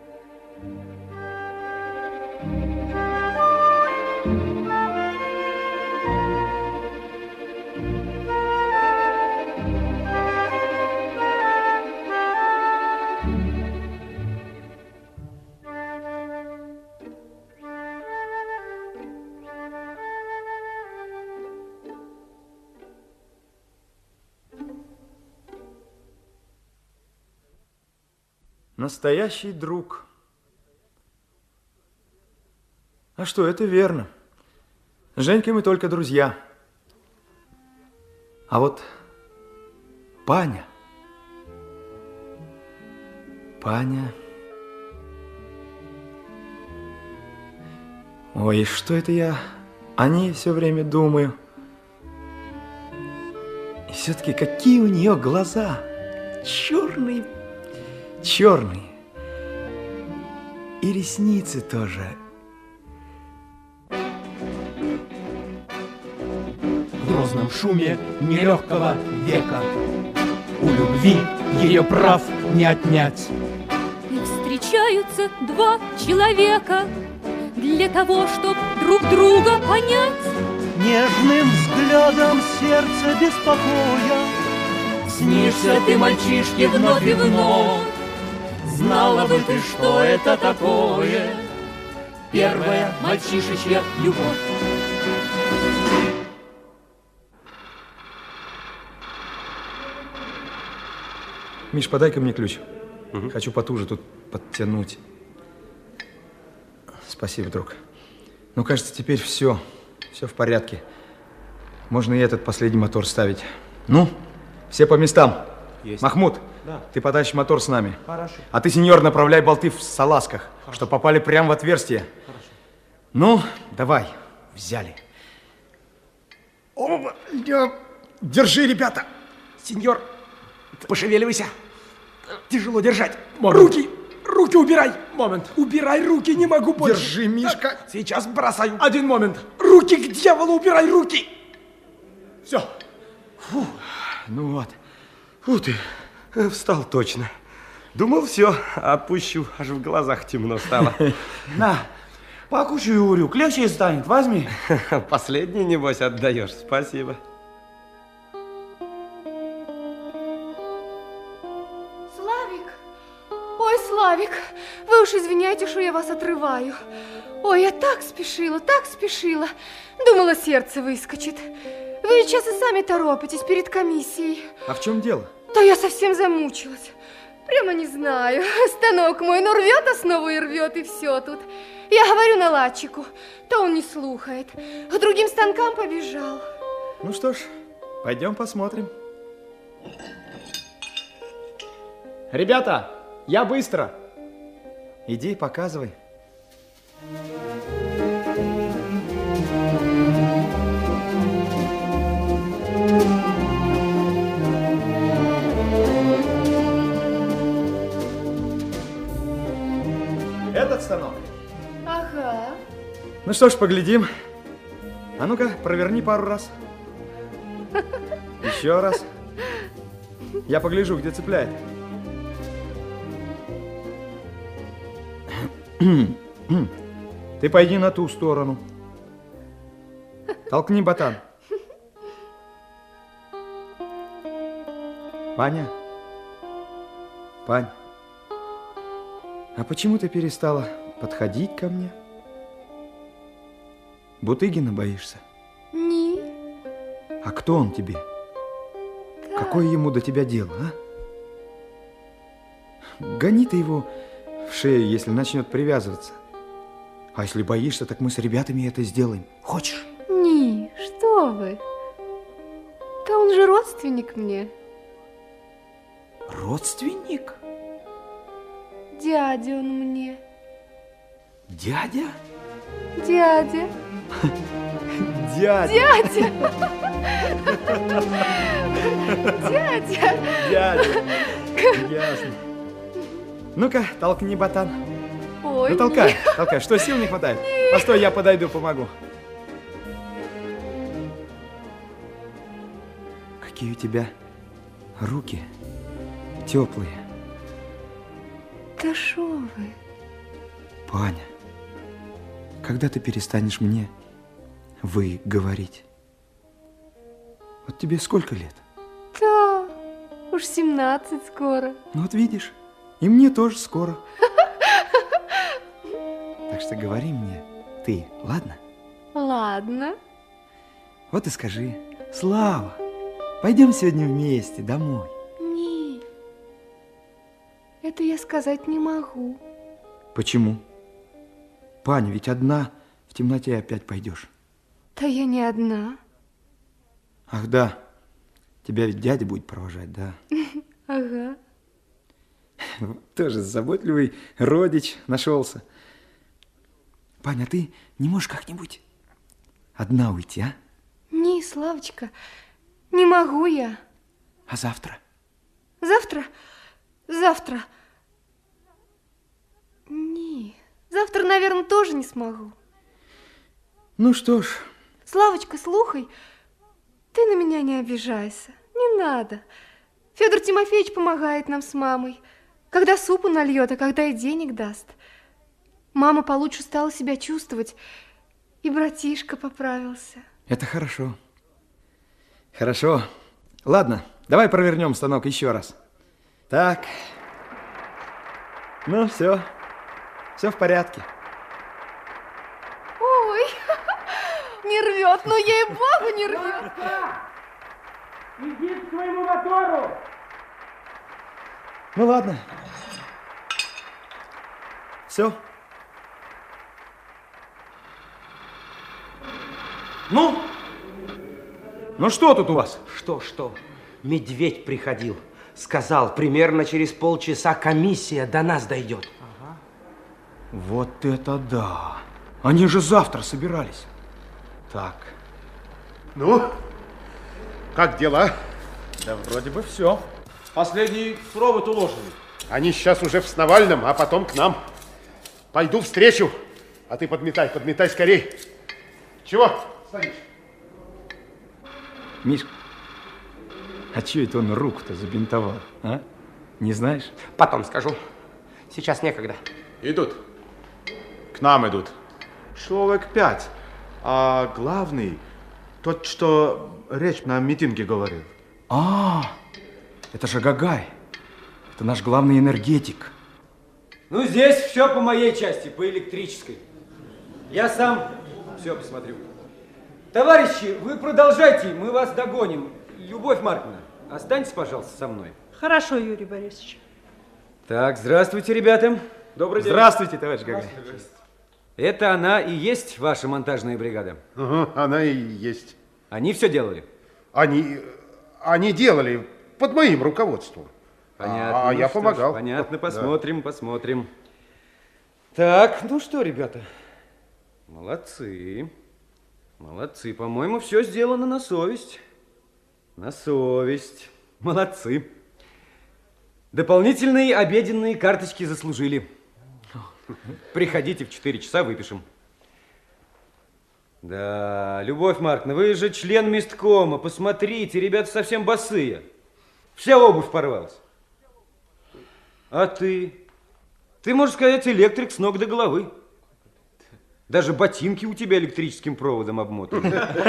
Настоящий друг. А что, это верно. С Женькой мы только друзья. А вот Паня... Паня... Ой, что это я о ней все время думаю? И все-таки какие у нее глаза! Черные, черные. И ресницы тоже. В грозном шуме нелегкого века у любви ее прав не отнять. И встречаются два человека для того, чтоб друг друга понять. Нежным взглядом сердце беспокоя Снишься ты мальчишке вновь и вновь. Знала бы ты, что это такое, первая мальчишечья любовь. Миш, подай-ка мне ключ. Угу. Хочу потуже тут подтянуть. Спасибо, друг. Ну, кажется, теперь все. Все в порядке. Можно и этот последний мотор ставить. Ну, все по местам. Есть. Махмуд, да. Ты потащишь мотор с нами. Хорошо. А ты, сеньор, направляй болты в салазках, чтобы попали прямо в отверстие. Хорошо. Ну, давай. Взяли. Оба. Держи, ребята. Сеньор, пошевеливайся. Тяжело держать. Момент. Руки, руки убирай. Момент. Убирай руки, не могу больше. Держи, Мишка. Так, сейчас бросаю. Один момент. Руки к дьяволу, убирай руки. Все. Фу. Ну вот. Фу ты, встал точно. Думал, все, отпущу, аж в глазах темно стало. На, покушай урюк, легче станет, возьми. Последний, небось, отдаешь, спасибо. Славик, ой, Славик, вы уж извиняйте, что я вас отрываю. Ой, я так спешила, так спешила. Думала, сердце выскочит. Вы сейчас и сами торопитесь перед комиссией. А в чем дело? Да я совсем замучилась. Прямо не знаю. Станок мой, ну рвет основу и рвет, и все тут. Я говорю наладчику, то он не слухает. К другим станкам побежал. Ну что ж, пойдем посмотрим. Ребята, я быстро. Иди, показывай. Этот станок? Ага. Ну что ж, поглядим. А ну-ка, проверни пару раз. Еще раз. Я погляжу, где цепляет. Ты пойди на ту сторону. Толкни, ботан. Паня? Пань, а почему ты перестала подходить ко мне? Бутыгина боишься? Не. А кто он тебе? Да. Какое ему до тебя дело, а? Гони ты его в шею, если начнет привязываться. А если боишься, так мы с ребятами это сделаем. Хочешь? Не, что вы. Да он же родственник мне. Родственник? Дядя он мне. Дядя? Дядя. Дядя. Дядя. Дядя. Дядя. Ясно. Ну-ка, толкни, ботан. Ой, ну толкай, нет. толкай. Что, сил не хватает? Нет. Постой, я подойду, помогу. Какие у тебя руки теплые. Да шо вы? Паня, когда ты перестанешь мне «вы» говорить? Вот тебе сколько лет? Да, уж семнадцать скоро. Ну вот видишь, и мне тоже скоро. Так что говори мне ты, ладно? Ладно. Вот и скажи: Слава, пойдем сегодня вместе домой. Не, это я сказать не могу. Почему? Паня, ведь одна в темноте опять пойдешь. Да я не одна. Ах да, тебя ведь дядя будет провожать, да? Ага. Тоже заботливый родич нашелся. Паня, ты не можешь как-нибудь одна уйти, а? Не, Славочка, не могу я. А завтра? Завтра? Завтра? Не, завтра, наверное, тоже не смогу. Ну что ж. Славочка, слухай, ты на меня не обижайся. Не надо. Федор Тимофеевич помогает нам с мамой. Когда супу нальет, а когда и денег даст. Мама получше стала себя чувствовать, и братишка поправился. Это хорошо. Хорошо. Ладно, давай провернем станок еще раз. Так. Ну, все. Все в порядке. Ой, не рвет, ну ей-богу не рвет. Иди к своему мотору. Ну, ладно. Все. Ну? Ну что тут у вас? Что, что? Медведь приходил. Сказал, примерно через полчаса комиссия до нас дойдет. Ага. Вот это да. Они же завтра собирались. Так. Ну, как дела? Да вроде бы все. Последний провод уложили. Они сейчас уже в Сновальном, а потом к нам. Пойду встречу. А ты подметай, подметай скорей. Чего стоишь? Мишка, а чё это он руку-то забинтовал, а? Не знаешь? Потом скажу. Сейчас некогда. Идут. К нам идут. Человек пять. А главный, тот, что речь на митинге говорил. А, это же Гагай. Это наш главный энергетик. Ну, здесь все по моей части, по электрической. Я сам все посмотрю. Товарищи, вы продолжайте, мы вас догоним. Любовь Марковна, останьтесь, пожалуйста, со мной. Хорошо, Юрий Борисович. Так, здравствуйте, ребята. Добрый день. Здравствуйте, товарищ Гагай. Это она и есть ваша монтажная бригада? Угу, она и есть. Они все делали? Они, они делали под моим руководством. Понятно. А ну я ж, помогал. Понятно, посмотрим, да. посмотрим. Так, ну что, ребята, молодцы. Молодцы, по-моему, все сделано на совесть. На совесть. Молодцы. Дополнительные обеденные карточки заслужили. Приходите в четыре часа, выпишем. Да, Любовь Марковна, вы же член месткома. Посмотрите, ребята совсем босые. Вся обувь порвалась. А ты? Ты, можно сказать, электрик с ног до головы. Даже ботинки у тебя электрическим проводом обмотаны.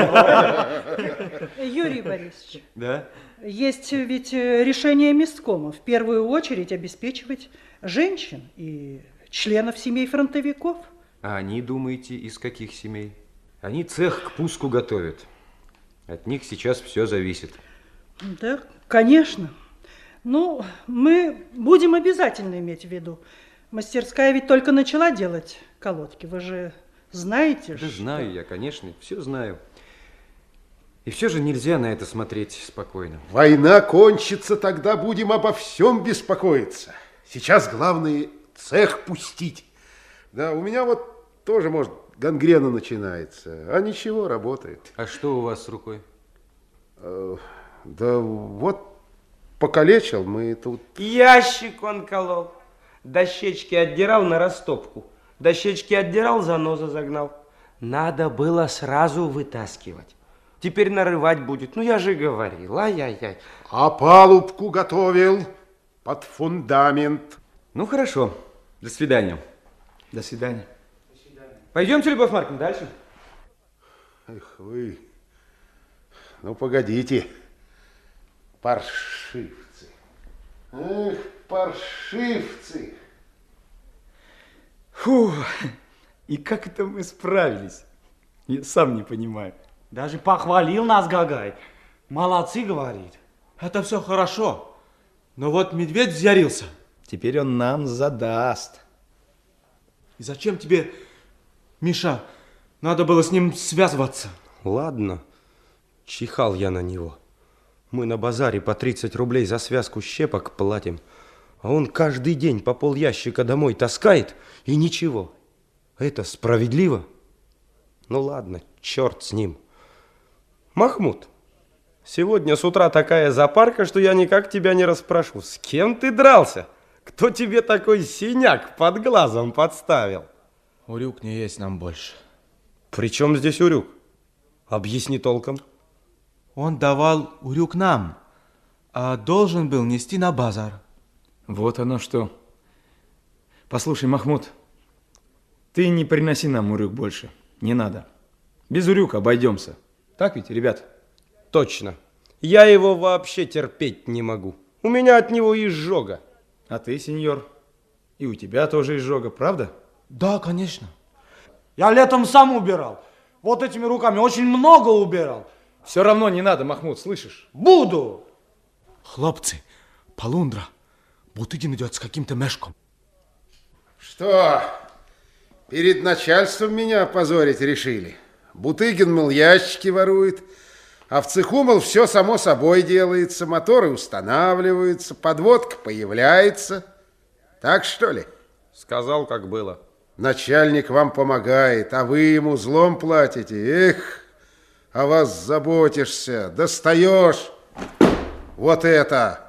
Юрий Борисович. Да? Есть ведь решение месткома в первую очередь обеспечивать женщин и членов семей фронтовиков. А они, думаете, из каких семей? Они цех к пуску готовят. От них сейчас все зависит. Да, конечно. Ну, мы будем обязательно иметь в виду. Мастерская ведь только начала делать колодки. Вы же знаете, да что... знаю я, конечно, все знаю. И все же нельзя на это смотреть спокойно. Война кончится, тогда будем обо всем беспокоиться. Сейчас главное цех пустить. Да, у меня вот тоже, может, гангрена начинается, а ничего, работает. А что у вас с рукой? Э, да вот покалечил, мы тут... Ящик он колол, дощечки отдирал на растопку, дощечки отдирал, заноза загнал. Надо было сразу вытаскивать. Теперь нарывать будет. Ну, я же говорил, ай-яй-яй. А палубку готовил под фундамент. Ну, хорошо. До свидания. До свидания. Пойдемте, Любовь Марковна, дальше. Эх вы. Ну, погодите. Паршивцы. Эх, паршивцы. Фу, и как это мы справились? Я сам не понимаю. Даже похвалил нас Гагай. Молодцы, говорит. Это все хорошо. Но вот медведь взъярился. Теперь он нам задаст. И зачем тебе, Миша, надо было с ним связываться? Ладно, чихал я на него. Мы на базаре по тридцать рублей за связку щепок платим, а он каждый день по пол ящика домой таскает, и ничего. Это справедливо? Ну ладно, черт с ним. Махмуд, сегодня с утра такая запарка, что я никак тебя не расспрошу. С кем ты дрался? Кто тебе такой синяк под глазом подставил? Урюк не есть нам больше. При чем здесь Урюк? Объясни толком. Он давал Урюк нам, а должен был нести на базар. Вот оно что. Послушай, Махмуд, ты не приноси нам Урюк больше. Не надо. Без Урюка обойдемся. Так ведь, ребят? Точно. Я его вообще терпеть не могу. У меня от него изжога. А ты, сеньор, и у тебя тоже изжога, правда? Да, конечно. Я летом сам убирал. Вот этими руками очень много убирал. Все равно не надо, Махмуд, слышишь? Буду! Хлопцы, полундра, Бутыгин идет с каким-то мешком. Что, перед начальством меня опозорить решили? Бутыгин, мол, ящики ворует, а в цеху, мол, все само собой делается, моторы устанавливаются, подводка появляется. Так, что ли? Сказал, как было. Начальник вам помогает, а вы ему злом платите. Эх, о вас заботишься, достаешь. Вот это.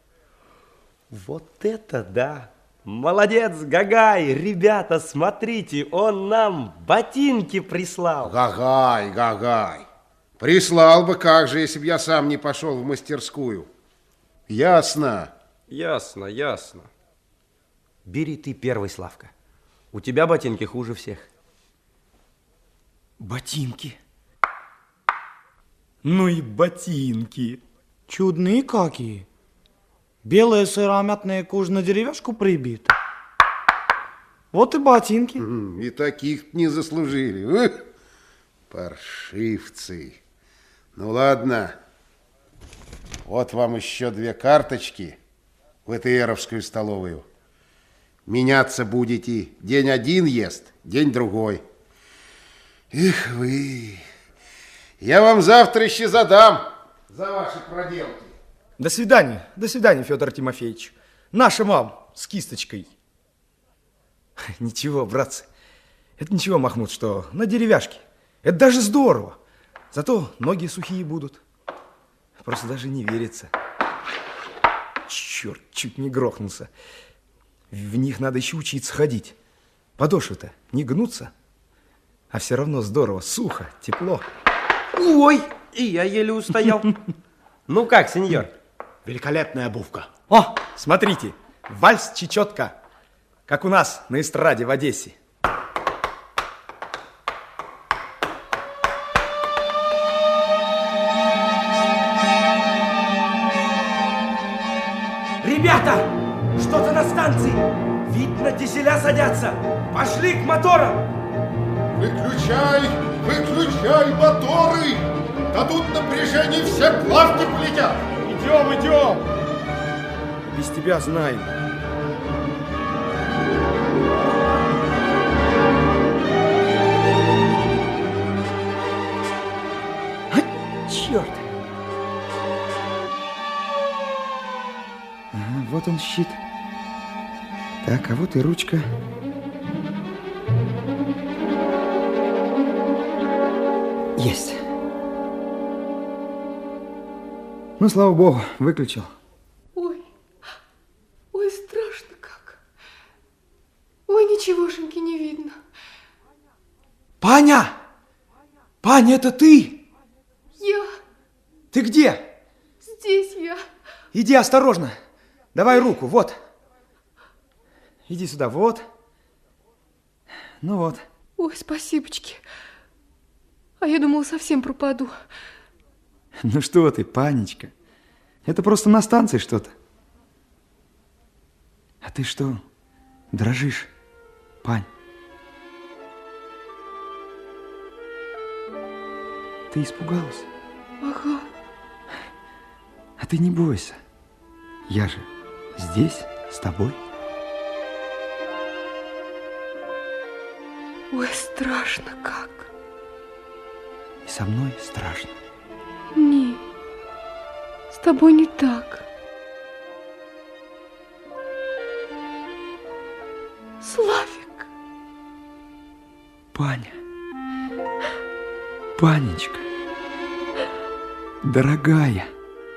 Вот это да. Молодец, Гагай. Ребята, смотрите, он нам ботинки прислал. Гагай, Гагай. Прислал бы, как же, если бы я сам не пошел в мастерскую. Ясно. Ясно, ясно. Бери ты первый, Славка. У тебя ботинки хуже всех. Ботинки. Ну и ботинки. Чудные какие. Белая сыромятная кожа на деревяшку прибита. Вот и ботинки. И таких не заслужили. Ух, паршивцы. Ну ладно. Вот вам еще две карточки в вэ тэ эровскую столовую. Меняться будете. День один ест, день другой. Эх вы. Я вам завтра еще задам за ваши проделки. До свидания, до свидания, Федор Тимофеевич. Наша мам с кисточкой. Ничего, братцы, это ничего, Махмуд, что на деревяшке. Это даже здорово. Зато ноги сухие будут. Просто даже не верится. Черт, чуть не грохнулся. В них надо еще учиться ходить. Подошвы-то не гнутся. А все равно здорово, сухо, тепло. Ой, и я еле устоял. Ну как, сеньор? Великолепная обувка. О, смотрите, вальс-чечетка, как у нас на эстраде в Одессе. дизеля садятся. Пошли к моторам. Выключай, выключай моторы. Да тут напряжение все плавки полетят. Идем, идем. Без тебя знаем. Черт! Ага, вот он щит. Так, а вот и ручка. Есть. Ну, слава богу, выключил. Ой, ой, страшно как. Ой, ничегошеньки не видно. Паня! Паня, это ты? Я. Ты где? Здесь я. Иди осторожно. Давай руку, вот. Иди сюда, вот. Ну вот. Ой, спасибочки. А я думала, совсем пропаду. Ну что ты, Панечка. Это просто на станции что-то. А ты что, дрожишь, Пань? Ты испугалась? Ага. А ты не бойся. Я же здесь с тобой. Ой, страшно как. И со мной страшно. Не, с тобой не так. Славик. Паня. Панечка. Дорогая.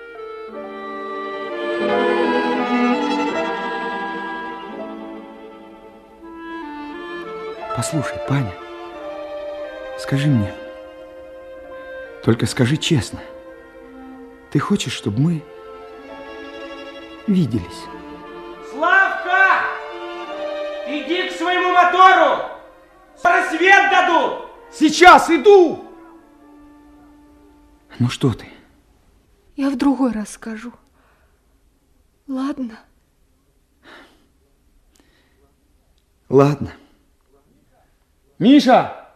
Послушай, Паня, скажи мне, только скажи честно, ты хочешь, чтобы мы виделись? Славка! Иди к своему мотору! Скоро свет дадут! Сейчас иду! Ну что ты? Я в другой раз скажу. Ладно? Ладно. Миша!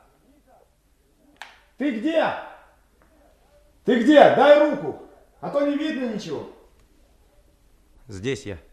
Ты где? Ты где? Дай руку, а то не видно ничего. Здесь я.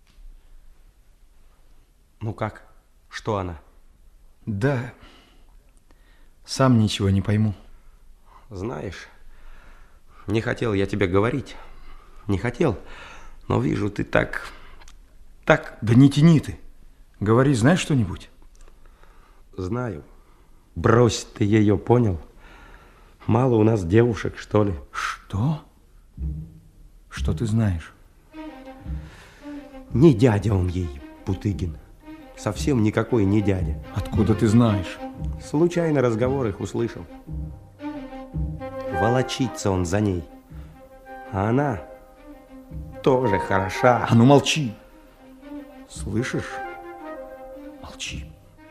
Ну как? Что она? Да, сам ничего не пойму. Знаешь, не хотел я тебе говорить. Не хотел, но вижу, ты так... так... Да не тяни ты. Говори, знаешь что-нибудь? Знаю. Брось ты ее, понял? Мало у нас девушек, что ли? Что? Что ты знаешь? Не дядя он ей, Путыгин. Совсем никакой не дядя. Откуда ты знаешь? Случайно разговор их услышал. Волочится он за ней. А она тоже хороша. А ну молчи. Слышишь? Молчи.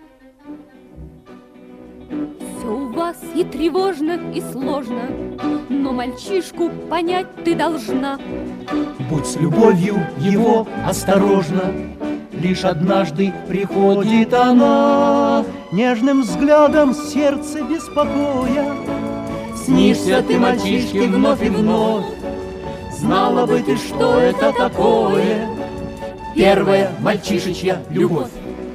Все у вас и тревожно, и сложно, но мальчишку понять ты должна. Будь с любовью его осторожно, лишь однажды приходит она, нежным взглядом сердце беспокоя. Снишься ты мальчишке вновь и вновь, знала бы ты, что это такое, первая мальчишечья любовь.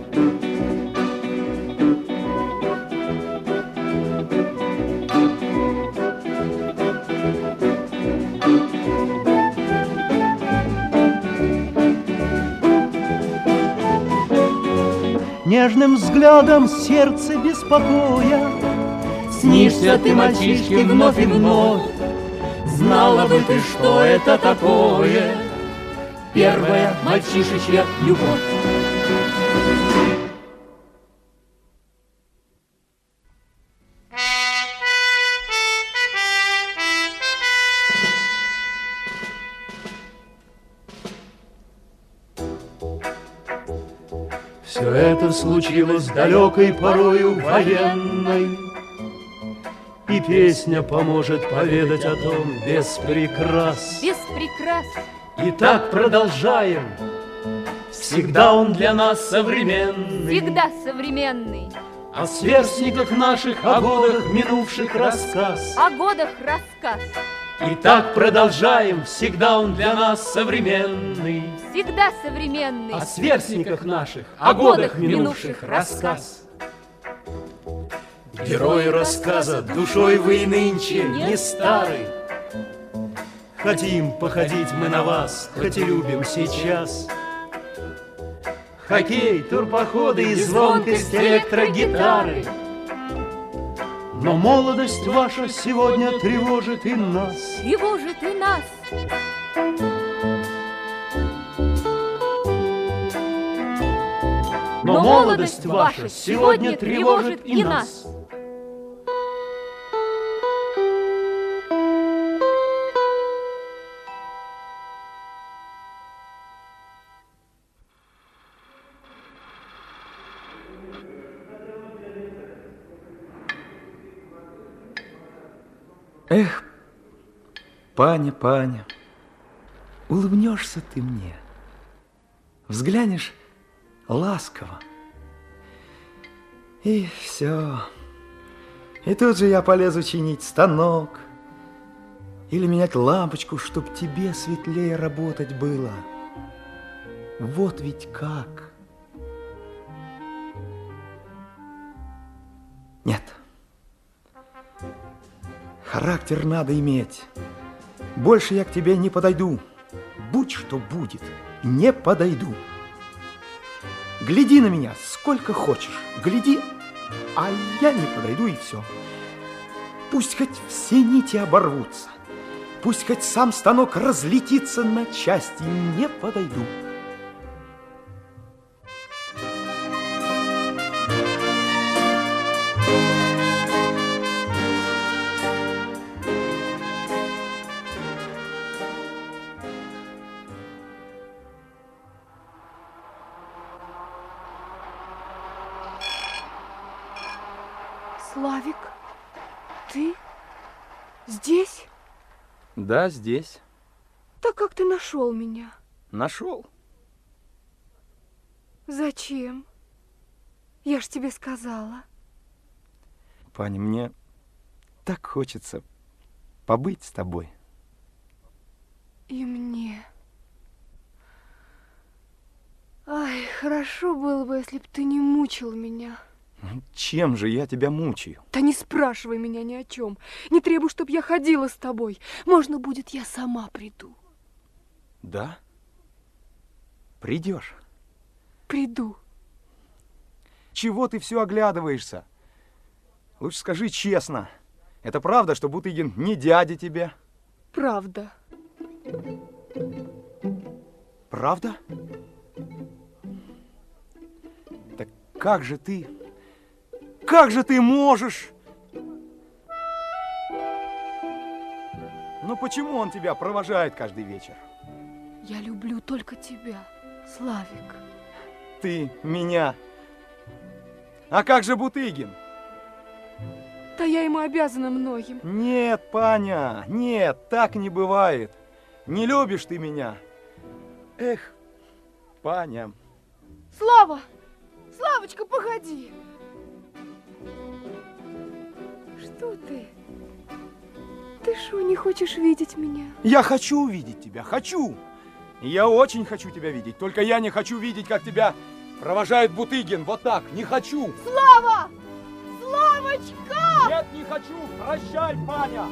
Нежным взглядом сердце беспокоя, снишься ты мальчишке вновь и вновь, знала бы ты, что это такое, первая мальчишечья любовь. Все это случилось далекой порою военной, и песня поможет поведать о том без прикрас. Без прикрас. И так продолжаем всегда он для нас современный. Всегда современный. О сверстниках наших, о годах минувших рассказ. О годах рассказ. И так продолжаем, всегда он для нас современный. Всегда современный. О сверстниках наших, о годах минувших рассказ. Герои рассказа, душой вы и нынче не стары. Хотим походить мы на вас, хоть и любим сейчас. Хоккей, турпоходы и звонкость электрогитары. Но молодость ваша сегодня тревожит и нас. Тревожит и нас. Но молодость ваша сегодня тревожит и нас. Эх, Паня, Паня, улыбнешься ты мне, взглянешь ласково, и все. И тут же я полезу чинить станок или менять лампочку, чтоб тебе светлее работать было. Вот ведь как. Нет. Характер надо иметь. Больше я к тебе не подойду. Будь что будет, не подойду. Гляди на меня сколько хочешь, гляди, а я не подойду и все. Пусть хоть все нити оборвутся, пусть хоть сам станок разлетится на части, не подойду. Славик, ты здесь? Да, здесь. Так как ты нашел меня? Нашел. Зачем? Я ж тебе сказала. Паня, мне так хочется побыть с тобой. И мне. Ай, хорошо было бы, если бы ты не мучил меня. Чем же я тебя мучаю? Да не спрашивай меня ни о чем. Не требуй, чтобы я ходила с тобой. Можно будет, я сама приду. Да? Придешь? Приду. Чего ты все оглядываешься? Лучше скажи честно. Это правда, что Бутыгин не дядя тебе? Правда. Правда? Так как же ты... Как же ты можешь? Ну почему он тебя провожает каждый вечер? Я люблю только тебя, Славик. Ты меня. А как же Бутыгин? Да я ему обязана многим. Нет, Паня, нет, так не бывает. Не любишь ты меня. Эх, Паня. Слава! Славочка, погоди! Что ты? Ты что, не хочешь видеть меня? Я хочу увидеть тебя, хочу. Я очень хочу тебя видеть. Только я не хочу видеть, как тебя провожает Бутыгин. Вот так, не хочу. Слава! Славочка! Нет, не хочу. Прощай, Паня.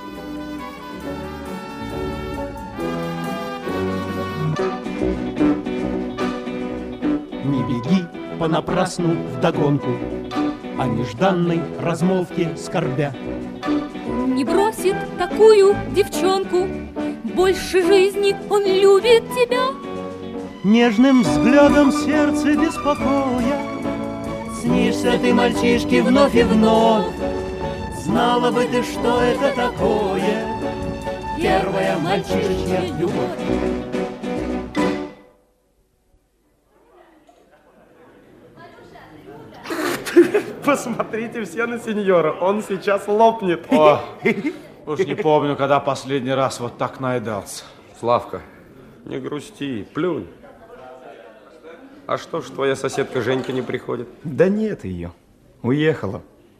Не беги понапрасну вдогонку о нежданной размолвке скорбя. Он не бросит такую девчонку, больше жизни он любит тебя. Нежным взглядом сердце беспокоя, снишься ты мальчишке вновь и вновь. Знала бы ты, что это такое, первая мальчишечья любовь. Посмотрите все на сеньора, он сейчас лопнет. О, уж не помню, когда последний раз вот так наедался. Славка, не грусти, плюнь. А что ж, твоя соседка Женька не приходит? Да нет ее. Уехала.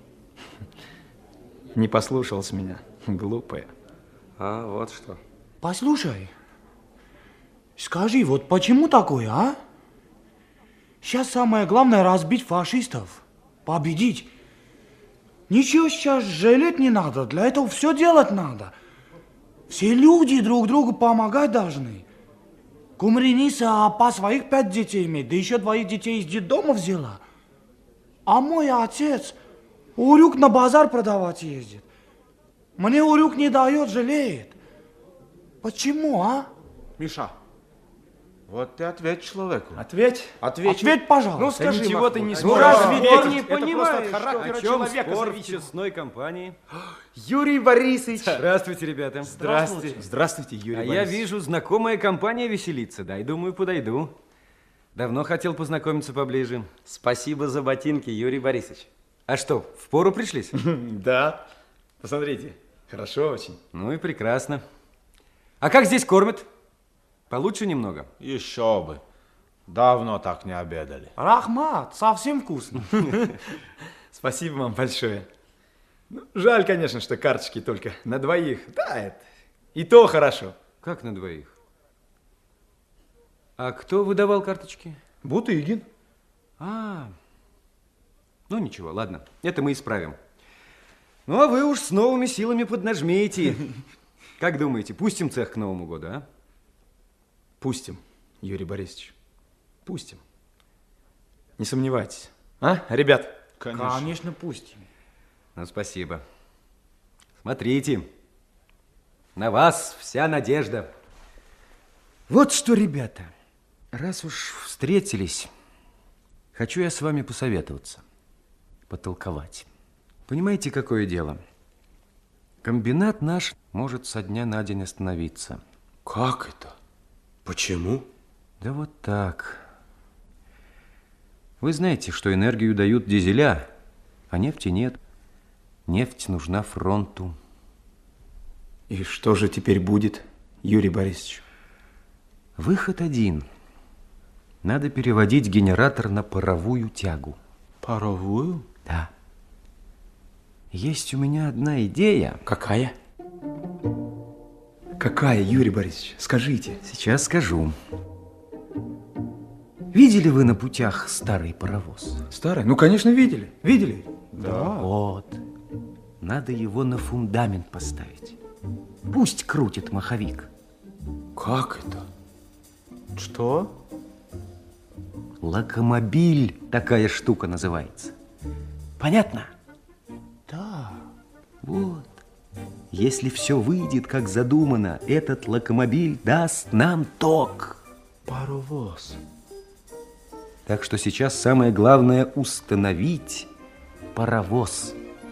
Не послушалась меня. Глупая. А, вот что. Послушай, скажи, вот почему такое, а? Сейчас самое главное разбить фашистов, победить. Ничего сейчас жалеть не надо, для этого все делать надо. Все люди друг другу помогать должны. Кумриниса по своих пять детей имеет, да еще двоих детей из детдома взяла. А мой отец урюк на базар продавать ездит. Мне урюк не дает, жалеет. Почему, а? Миша, вот ты ответь человеку. Ответь? Ответь, Ответь пожалуйста. Ну скажи, да ничего ты не ну, сможешь разве ответить. ты не Это понимаешь, просто от характера О чем человека спор в зависит. честной компании? Юрий Борисович. Здравствуйте, ребята. Здравствуйте. Здравствуйте, Юрий А Борисович. я вижу, знакомая компания веселится. Дай, думаю, подойду. Давно хотел познакомиться поближе. Спасибо за ботинки, Юрий Борисович. А что, впору пришлись? Да. Посмотрите, хорошо очень. Ну и прекрасно. А как здесь кормят? Получше немного? Еще бы. Давно так не обедали. Рахмат, совсем вкусно. Спасибо вам большое. Ну, жаль, конечно, что карточки только на двоих. Да, это и то хорошо. Как на двоих? А кто выдавал карточки? Бутыгин. А, ну ничего, ладно, это мы исправим. Ну, а вы уж с новыми силами поднажмите. Как думаете, пустим цех к Новому году, а? Пустим, Юрий Борисович. Пустим. Не сомневайтесь. А, ребят? Конечно, Конечно пустим. Ну, спасибо. Смотрите, на вас вся надежда. Вот что, ребята, раз уж встретились, хочу я с вами посоветоваться, потолковать. Понимаете, какое дело? Комбинат наш может со дня на день остановиться. Как это? Почему? Да вот так. Вы знаете, что энергию дают дизеля, а нефти нет. Нефть нужна фронту. И что же теперь будет, Юрий Борисович? Выход один. Надо переводить генератор на паровую тягу. Паровую? Да. Есть у меня одна идея. Какая? Какая, Юрий Борисович? Скажите. Сейчас скажу. Видели вы на путях старый паровоз? Старый? Ну, конечно, видели. Видели? Да. Вот. Надо его на фундамент поставить. Пусть крутит маховик. Как это? Что? Локомобиль такая штука называется. Понятно? Да. Вот. Если все выйдет, как задумано, этот локомобиль даст нам ток. Паровоз. Так что сейчас самое главное установить паровоз.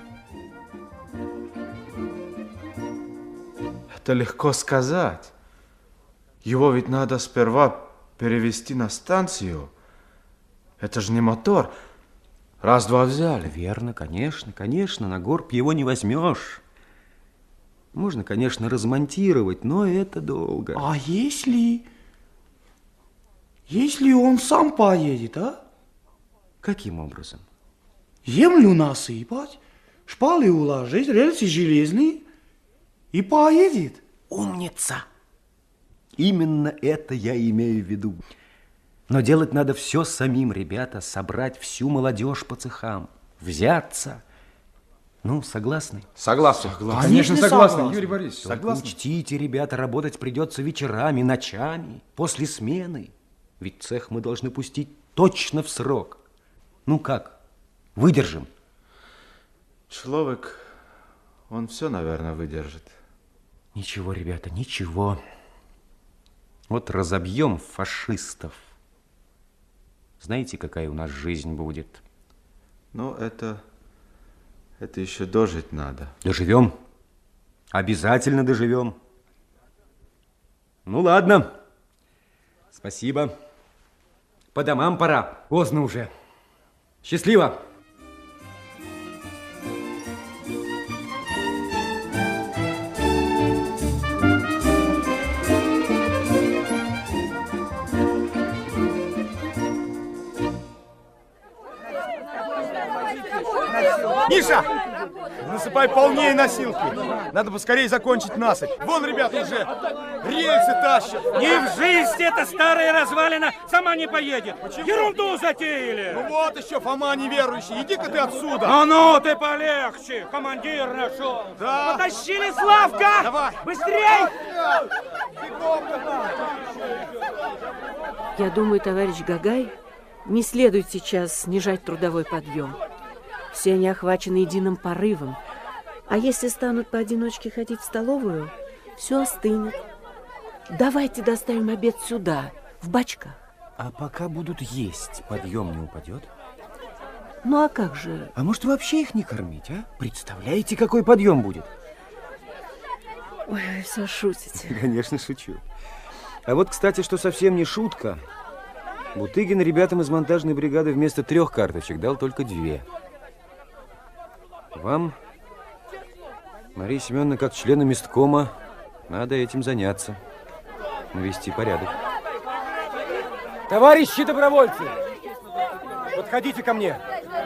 Это легко сказать. Его ведь надо сперва перевести на станцию. Это же не мотор. Раз-два взяли. Верно, конечно, конечно. На горб его не возьмешь. Можно, конечно, размонтировать, но это долго. А если... Если он сам поедет, а? Каким образом? Землю насыпать, шпалы уложить, рельсы железные и поедет. Умница! Именно это я имею в виду. Но делать надо все самим, ребята, собрать всю молодежь по цехам, взяться. Ну, согласны? Согласен. Согласен. Конечно, согласен, согласен, Юрий Борисович. Только Согласен. учтите, ребята, работать придется вечерами, ночами, после смены. Ведь цех мы должны пустить точно в срок. Ну как, выдержим? Человек, он все, наверное, выдержит. Ничего, ребята, ничего. Вот разобьем фашистов. Знаете, какая у нас жизнь будет? Ну, это... Это еще дожить надо. Доживем. Обязательно доживем. Ну, ладно. Спасибо. По домам пора. Поздно уже. Счастливо. Миша! Насыпай полнее носилки. Надо поскорее закончить насыпь. Вон, ребята, уже рельсы тащат. Не в жизнь эта старая развалина сама не поедет. Почему? Ерунду затеяли. Ну вот еще Фома неверующий. Иди-ка ты отсюда. А ну ты полегче. Командир нашел. Да. Потащили, Славка. Давай. Быстрей. Я думаю, товарищ Гагай, не следует сейчас снижать трудовой подъем. Все они охвачены единым порывом. А если станут поодиночке ходить в столовую, все остынет. Давайте доставим обед сюда, в бачках. А пока будут есть, подъем не упадет? Ну а как же? А может вообще их не кормить, а? Представляете, какой подъем будет? Ой, вы все шутите. Конечно, шучу. А вот, кстати, что совсем не шутка. Бутыгин ребятам из монтажной бригады вместо трех карточек дал только две. Вам, Мария Семеновна, как члену месткома, надо этим заняться, навести порядок. Товарищи добровольцы, подходите ко мне.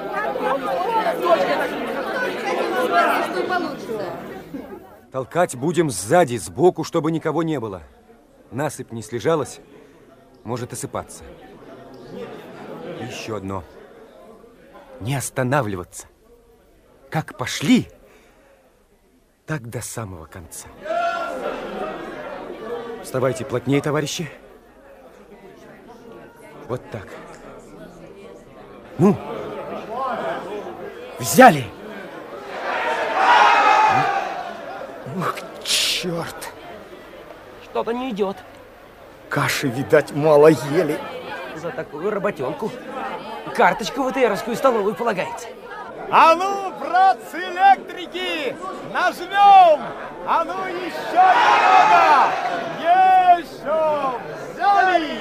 Толкать будем сзади, сбоку, чтобы никого не было. Насыпь не слежалась, может осыпаться. И еще одно. Не останавливаться. Как пошли, так до самого конца. Вставайте плотнее, товарищи. Вот так. Ну, взяли. Ух, черт. Что-то не идет. Каши, видать, мало ели. За такую работенку карточку в ВТРовскую столовую полагается. А ну, братцы электрики, нажмем! А ну, еще немного! Еще! Взяли!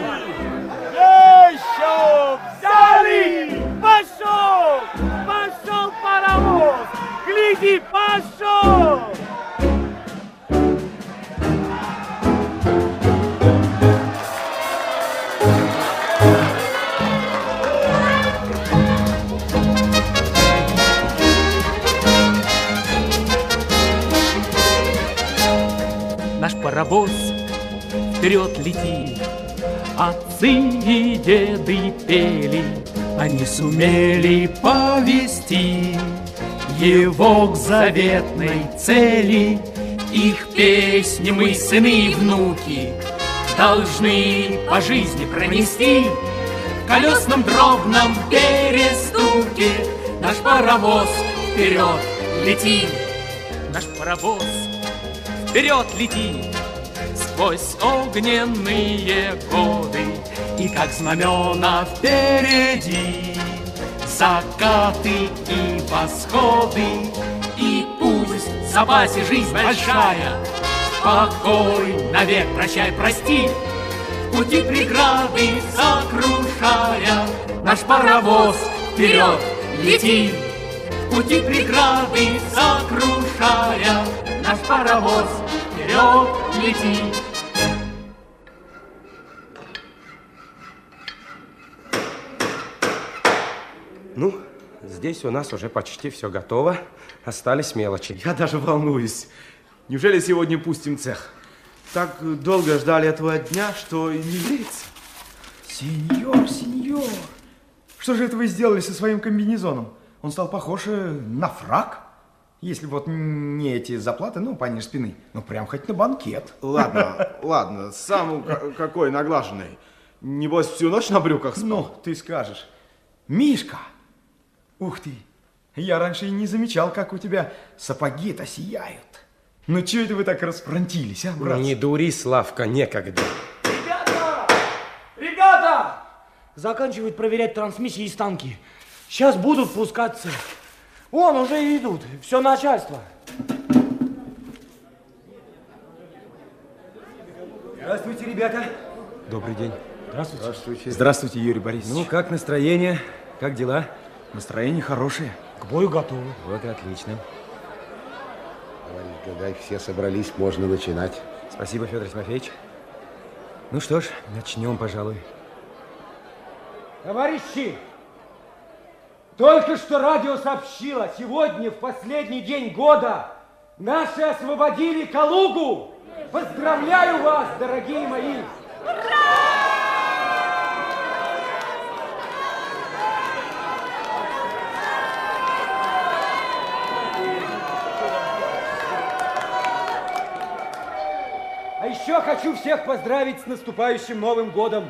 Еще! Взяли! Пошел! Пошел паровоз! Гляди, пошел! Наш паровоз вперед летит, отцы и деды пели, они сумели повести его к заветной цели. Их песни мы, сыны и внуки, должны по жизни пронести. В колесном дробном перестуке наш паровоз вперед летит. Наш паровоз вперед летит сквозь огненные годы, и как знамена впереди закаты и восходы. И пусть в запасе жизнь большая, покой навек прощай, прости, в пути преграды сокрушая, наш паровоз вперед летит. В пути преграды сокрушая, наш паровоз вперед летит. Ну, здесь у нас уже почти все готово. Остались мелочи. Я даже волнуюсь. Неужели сегодня пустим цех? Так долго ждали этого дня, что и не верится. Сеньор, сеньор, что же это вы сделали со своим комбинезоном? Он стал похож на фрак. Если вот не эти заплаты, ну, пониже спины, ну, прям хоть на банкет. Ладно, ладно, сам какой наглаженный. Небось, всю ночь на брюках спал? Ну, ты скажешь. Мишка! Ух ты! Я раньше и не замечал, как у тебя сапоги-то сияют. Ну, чего это вы так расфронтились, а, братцы? Не дури, Славка, некогда. Ребята! Ребята! Заканчивают проверять трансмиссии и станки. Сейчас будут пускаться. Вон, уже идут. Все начальство. Здравствуйте, ребята. Добрый день. Здравствуйте. Здравствуйте. Здравствуйте, Юрий Борисович. Ну, как настроение? Как дела? Настроение хорошее. К бою готовы. Вот и отлично. Товарищ Гагай, все собрались, можно начинать. Спасибо, Федор Тимофеевич. Ну что ж, начнем, пожалуй. Товарищи, Только что радио сообщило, сегодня, в последний день года, наши освободили Калугу. Поздравляю вас, дорогие мои! А еще хочу всех поздравить с наступающим Новым годом.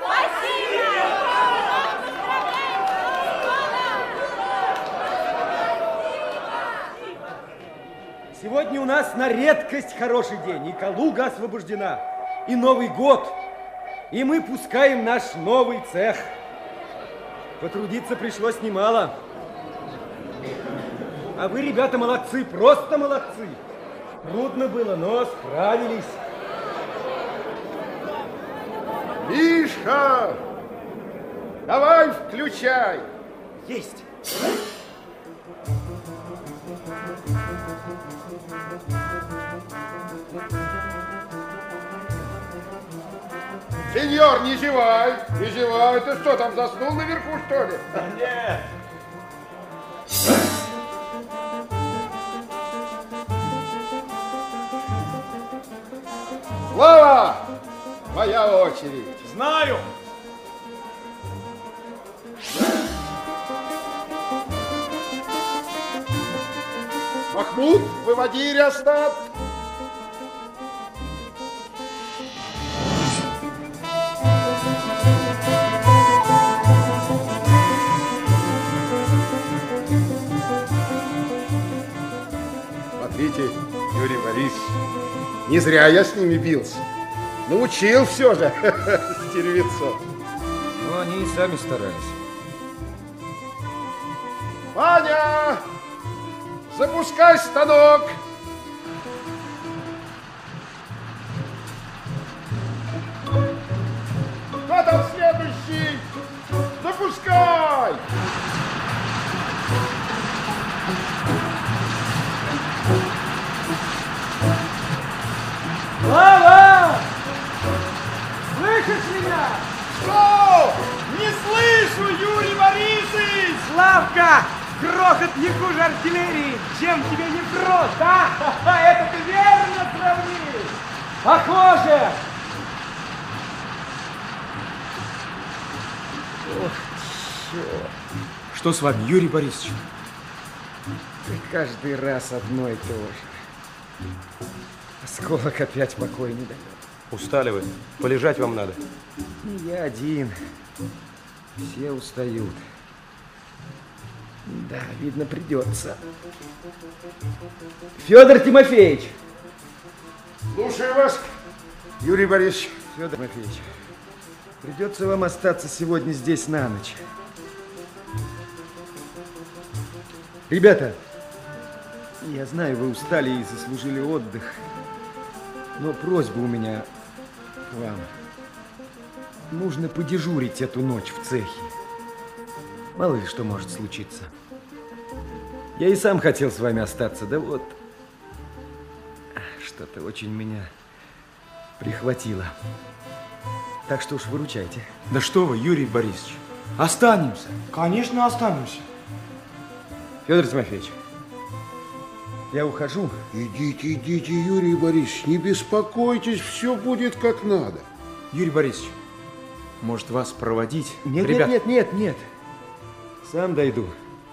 Сегодня у нас на редкость хороший день. И Калуга освобождена, и Новый год. И мы пускаем наш новый цех. Потрудиться пришлось немало. А вы, ребята, молодцы, просто молодцы. Трудно было, но справились. Мишка, давай включай. Есть. Сеньор, не зевай, не зевай. Ты что, там заснул наверху, что ли? Нет. Слава, моя очередь. Знаю. Махмуд, выводи реостат. Смотрите, Юрий Борисович, не зря я с ними бился. Научил все же стервецов. Ну, они и сами старались. Ваня, запускай станок. Кто там следующий? Запускай. Слава! Слышишь меня? Что? Не слышу, Юрий Борисович! Славка! Грохот не хуже артиллерии! Чем тебе не грохот, а? Это ты верно сравнил! Похоже! Ох, черт. Что с вами, Юрий Борисович? Ты каждый раз одно и то же. Осколок опять покоя не дает. Устали вы? Полежать вам надо. Не я один. Все устают. Да, видно, придется. Федор Тимофеевич! Слушаю вас, Юрий Борисович. Федор Тимофеевич, придется вам остаться сегодня здесь на ночь. Ребята, я знаю, вы устали и заслужили отдых, но просьба у меня к вам. Нужно подежурить эту ночь в цехе. Мало ли что может случиться. Я и сам хотел с вами остаться, да вот что-то очень меня прихватило. Так что уж выручайте. Да что вы, Юрий Борисович, останемся. Конечно, останемся. Федор Тимофеевич, я ухожу. Идите, идите, Юрий Борисович, не беспокойтесь, все будет как надо. Юрий Борисович, может вас проводить? Нет, Ребят... нет, нет, нет, нет. Сам дойду.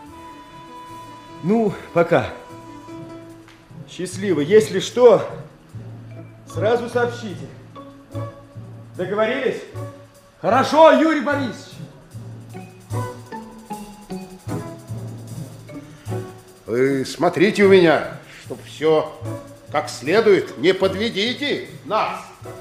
Ну, пока. Счастливо. Если что, сразу сообщите. Договорились? Хорошо, Юрий Борисович. Вы смотрите у меня, чтоб все как следует, не подведите нас.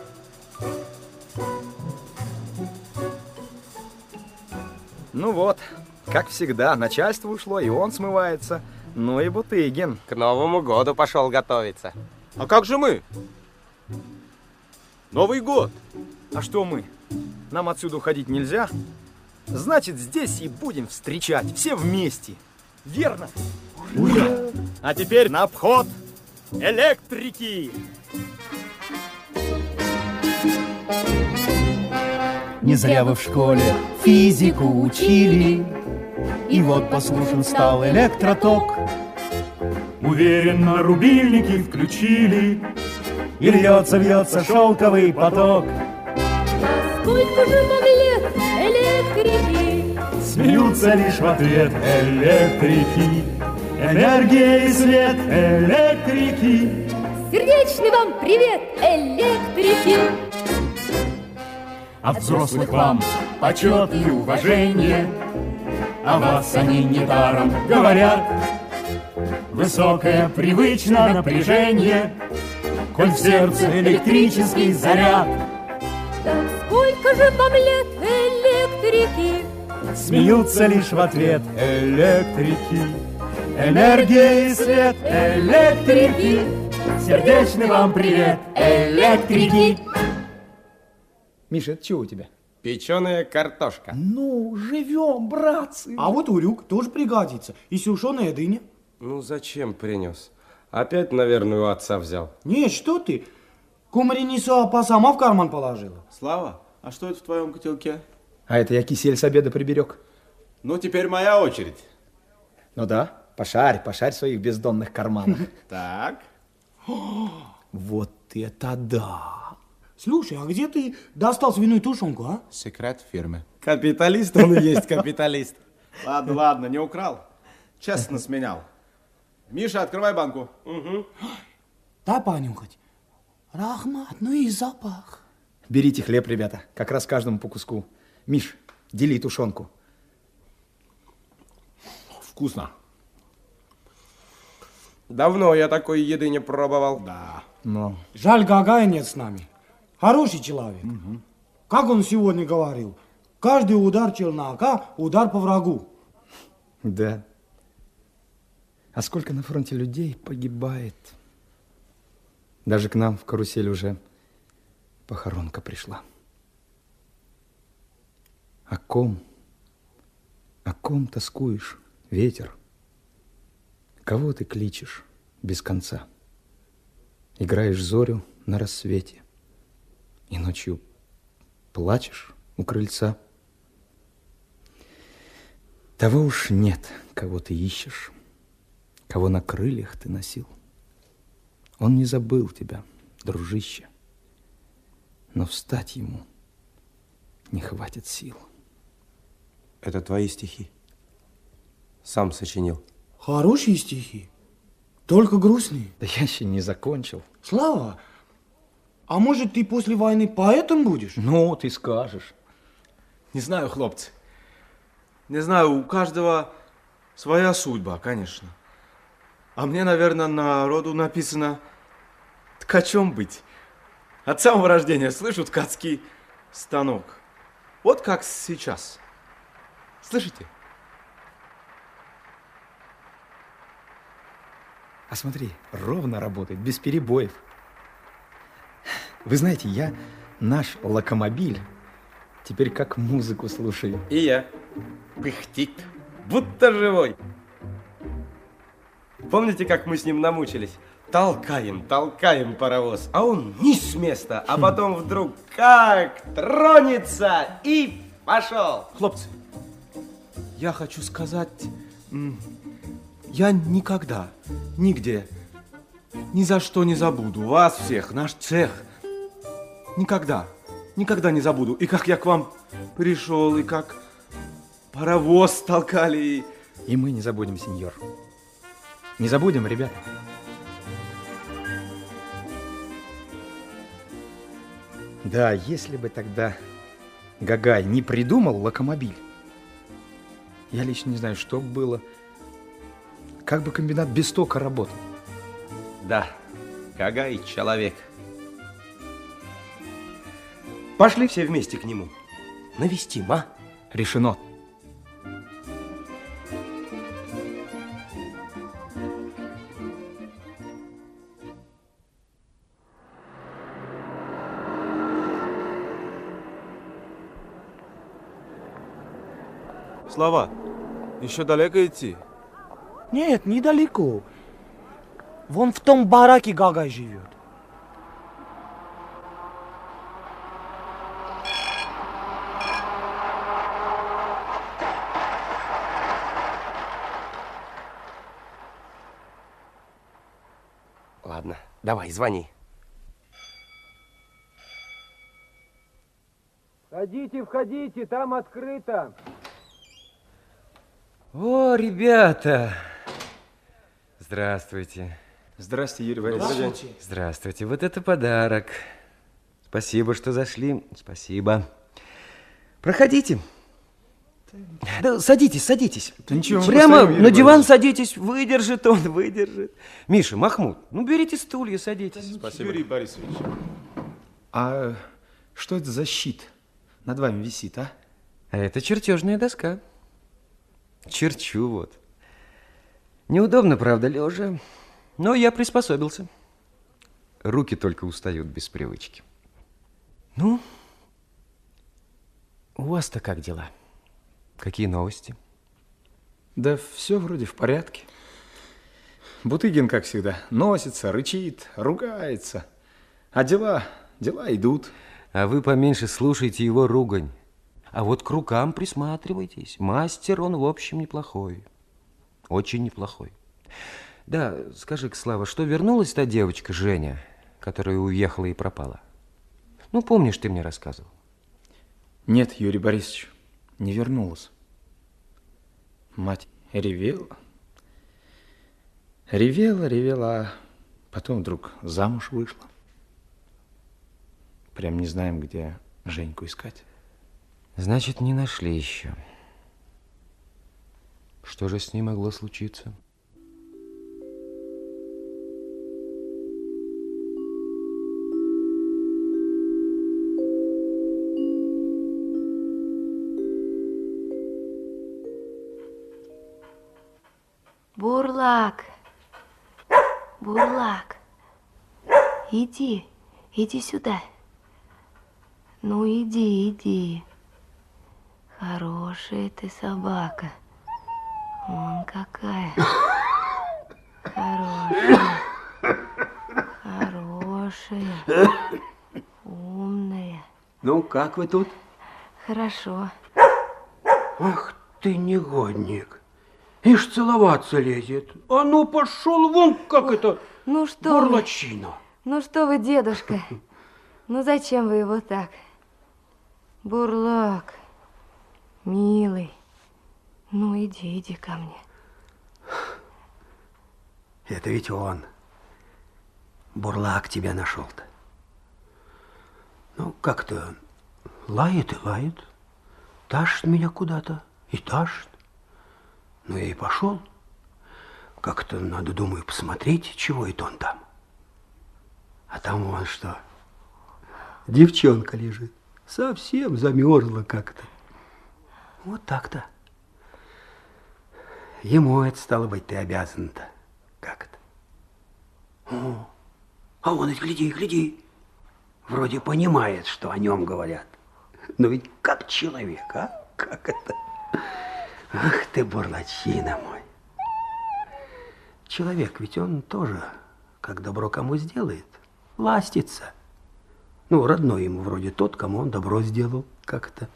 Ну вот, как всегда, начальство ушло, и он смывается. Ну и Бутыгин. К Новому году пошел готовиться. А как же мы? Новый год. А что мы? Нам отсюда уходить нельзя. Значит, здесь и будем встречать, все вместе. Верно? Ура! А теперь на обход электрики! Не зря вы в школе физику учили. и вот послушен стал электроток. Уверенно рубильники включили, и льется, вьется шелковый поток. Сколько же вам лет, электрики? Смеются лишь в ответ электрики. Энергия и свет электрики. Сердечный вам привет, электрики! От взрослых вам почет и уважение, о вас они недаром говорят. Высокое привычно напряжение, коль в сердце электрический заряд. Так сколько же вам лет, электрики? Смеются лишь в ответ электрики. Энергия и свет электрики. Сердечный вам привет, электрики. Миша, это чего у тебя? Печеная картошка. Ну, живем, братцы. А вот урюк тоже пригодится. И сушеная дыня. Ну, зачем принес? Опять, наверное, у отца взял. Не, что ты? Кумари несу, а сама в карман положила. Слава, а что это в твоем котелке? А это я кисель с обеда приберег. Ну, теперь моя очередь. Ну да, пошарь, пошарь в своих бездонных карманах. Так. Вот это да! Слушай, а где ты достал свиную тушенку, а? Секрет фирмы. Капиталист он и есть капиталист. Ладно, ладно, не украл. Честно сменял. Миша, открывай банку. Угу. Дай понюхать. Рахмат, ну и запах. Берите хлеб, ребята, как раз каждому по куску. Миш, дели тушенку. Вкусно. Давно я такой еды не пробовал. Да. Но. Жаль, Гагая нет с нами. Хороший человек. Угу. Как он сегодня говорил, каждый удар челнока – удар по врагу. Да. А сколько на фронте людей погибает. Даже к нам в карусель уже похоронка пришла. О ком? О ком тоскуешь, ветер? Кого ты кличешь без конца? Играешь зорю на рассвете и ночью плачешь у крыльца. Того уж нет, кого ты ищешь, кого на крыльях ты носил. Он не забыл тебя, дружище, но встать ему не хватит сил. Это твои стихи? Сам сочинил? Хорошие стихи, только грустные. Да я еще не закончил. Слава, а может ты после войны поэтом будешь? Ну, ты скажешь. Не знаю, хлопцы. Не знаю, у каждого своя судьба, конечно. А мне, наверное, на роду написано ткачом быть. От самого рождения слышу ткацкий станок. Вот как сейчас. Слышите? А смотри, ровно работает, без перебоев. Вы знаете, я наш локомобиль теперь как музыку слушаю. И я. Пыхтит, будто живой. Помните, как мы с ним намучились? Толкаем, толкаем паровоз, а он ни с места, а потом вдруг как тронется и пошел. Хлопцы, я хочу сказать, я никогда, нигде, ни за что не забуду вас всех, наш цех. Никогда, никогда не забуду. И как я к вам пришел, и как паровоз толкали. И, и мы не забудем, сеньор. Не забудем, ребята. Да, если бы тогда Гагай не придумал локомобиль, я лично не знаю, что было. Как бы комбинат без тока работал. Да, Гагай человек. Пошли все вместе к нему. Навестим, а? Решено. Слава, еще далеко идти? Нет, недалеко. Вон в том бараке Гагай живет. Ладно, давай, звони. Входите, входите, там открыто. О, ребята! Здравствуйте. Здравствуйте, Юрий Борисович. Здравствуйте. Здравствуйте. Вот это подарок. Спасибо, что зашли. Спасибо. Проходите. Да садитесь, садитесь. Да ничего, прямо поставим, на диван садитесь, выдержит он, выдержит. Миша, Махмуд, ну берите стулья, садитесь. Спасибо. Юрий Борисович. А что это за щит над вами висит, а? А это чертежная доска. Черчу вот. Неудобно, правда, лежа, но я приспособился. Руки только устают без привычки. Ну, у вас-то как дела? Какие новости? Да все вроде в порядке. Бутыгин, как всегда, носится, рычит, ругается. А дела, дела идут. А вы поменьше слушайте его ругань. А вот к рукам присматривайтесь. Мастер он, в общем, неплохой. Очень неплохой. Да, скажи, Слава, что вернулась та девочка, Женя, которая уехала и пропала? Ну, помнишь, ты мне рассказывал? Нет, Юрий Борисович, не вернулась. Мать ревела. Ревела, ревела, а потом вдруг замуж вышла. Прям не знаем, где Женьку искать. Значит, не нашли еще. Что же с ней могло случиться? Бурлак, Бурлак, иди, иди сюда. Ну, иди, иди. Хорошая ты собака. Вон какая. Хорошая. Хорошая. Умная. Ну, как вы тут? Хорошо. Ах ты негодник. Ишь, целоваться лезет. А ну, пошел вон, как это, ну, что бурлачина. Вы? Ну, что вы, дедушка? Ну, зачем вы его так? Бурлак, милый, ну, иди, иди ко мне. Это ведь он, Бурлак, тебя нашел-то. Ну, как-то лает и лает, тащит меня куда-то и тащит. Ну, я и пошел. Как-то надо, думаю, посмотреть, чего это он там. А там вон что. Девчонка лежит. Совсем замерзла как-то. Вот так-то. Ему это, стало быть, ты обязан-то. Как это? О, а он ведь, гляди, гляди. Вроде понимает, что о нем говорят. Но ведь как человек, а? Как это? Ах ты, бурлачина мой. Человек ведь он тоже, как добро кому сделает, ластится. Ну, родной ему вроде тот, кому он добро сделал. Как это?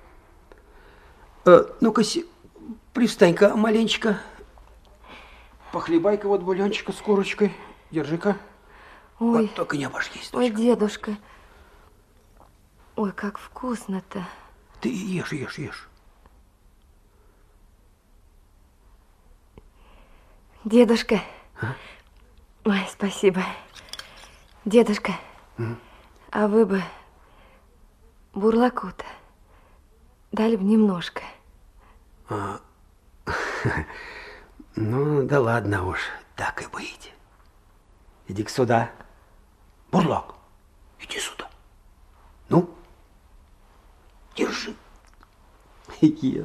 Э, ну-ка, пристань-ка маленечко. Похлебай-ка вот бульончика с курочкой. Держи-ка. Ой, вот, только не обожгись. Ой, дедушка. Ой, как вкусно-то. Ты ешь, ешь, ешь. Дедушка. А? Ой, спасибо. Дедушка, Mm. а вы бы бурлаку-то дали бы немножко. А, ну, да ладно уж, так и быть. Иди-ка сюда. Бурлак, иди сюда. Ну, держи. Ест.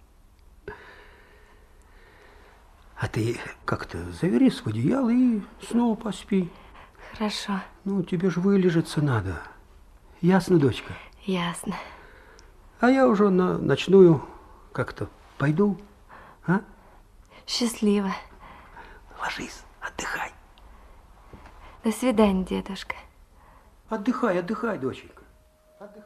А ты как-то заверись в одеяло и снова поспи. Хорошо. Ну, тебе же вылежаться надо. Ясно, дочка? Ясно. А я уже на ночную как-то пойду, а? Счастливо. Ложись, отдыхай. До свидания, дедушка. Отдыхай, отдыхай, доченька. Отдыхай.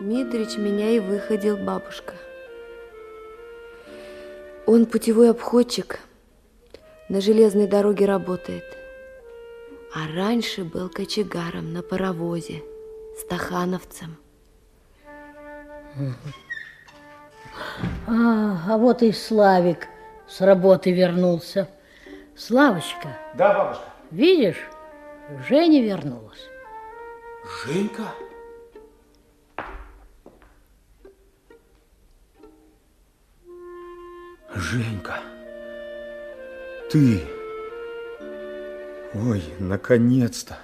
Митрич меня и выходил, бабушка. Он путевой обходчик, на железной дороге работает. А раньше был кочегаром на паровозе, стахановцем. А, а вот и Славик с работы вернулся. Славочка. Да, бабушка. Видишь, Женя вернулась. Женька? Женька, ты... Ой, наконец-то.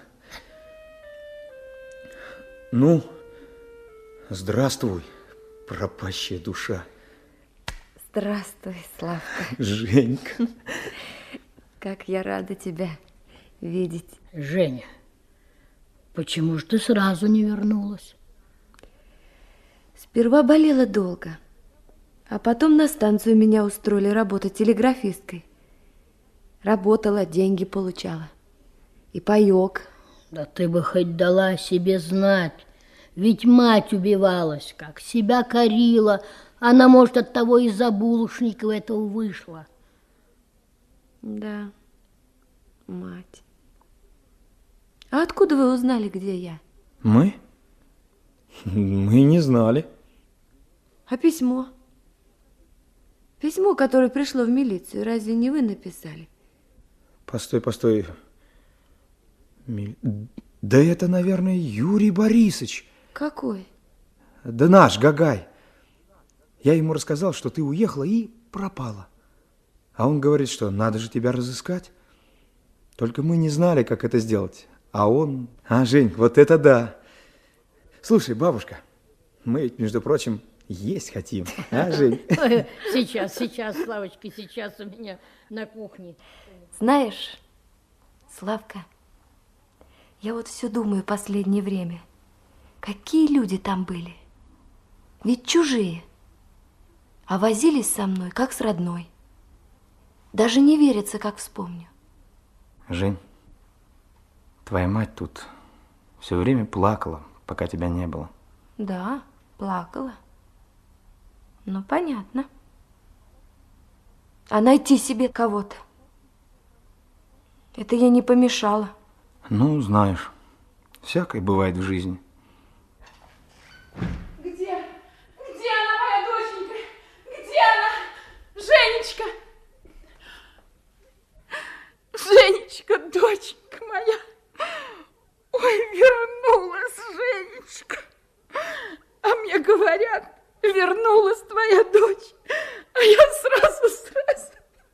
Ну, здравствуй, пропащая душа. Здравствуй, Славка. Женька. Как я рада тебя видеть. Женя, почему же ты сразу не вернулась? Сперва болела долго, а потом на станцию меня устроили работать телеграфисткой. Работала, деньги получала. И паёк. Да ты бы хоть дала о себе знать. Ведь мать убивалась, как себя корила. Она, может, от того из-за Булушникова этого вышла. Да, мать. А откуда вы узнали, где я? Мы? Мы не знали. А письмо? Письмо, которое пришло в милицию, разве не вы написали? Постой, постой. Миль... Да это, наверное, Юрий Борисович. Какой? Да наш, Гагай. Я ему рассказал, что ты уехала и пропала. А он говорит, что надо же тебя разыскать. Только мы не знали, как это сделать. А он... А, Жень, вот это да. Слушай, бабушка, мы, между прочим, есть хотим. А, Жень? Сейчас, сейчас, Славочка, сейчас у меня на кухне. Знаешь, Славка, я вот все думаю последнее время. Какие люди там были? Ведь чужие. А возились со мной, как с родной. Даже не верится, как вспомню. Жень, твоя мать тут все время плакала, пока тебя не было. Да, плакала. Ну, понятно. А найти себе кого-то, это ей не помешало. Ну, знаешь, всякое бывает в жизни. Где? Где она, моя доченька? Где она? Женечка! Женечка, доченька моя! Ой, вернулась Женечка! А мне говорят, вернулась твоя дочь. А я сразу, сразу...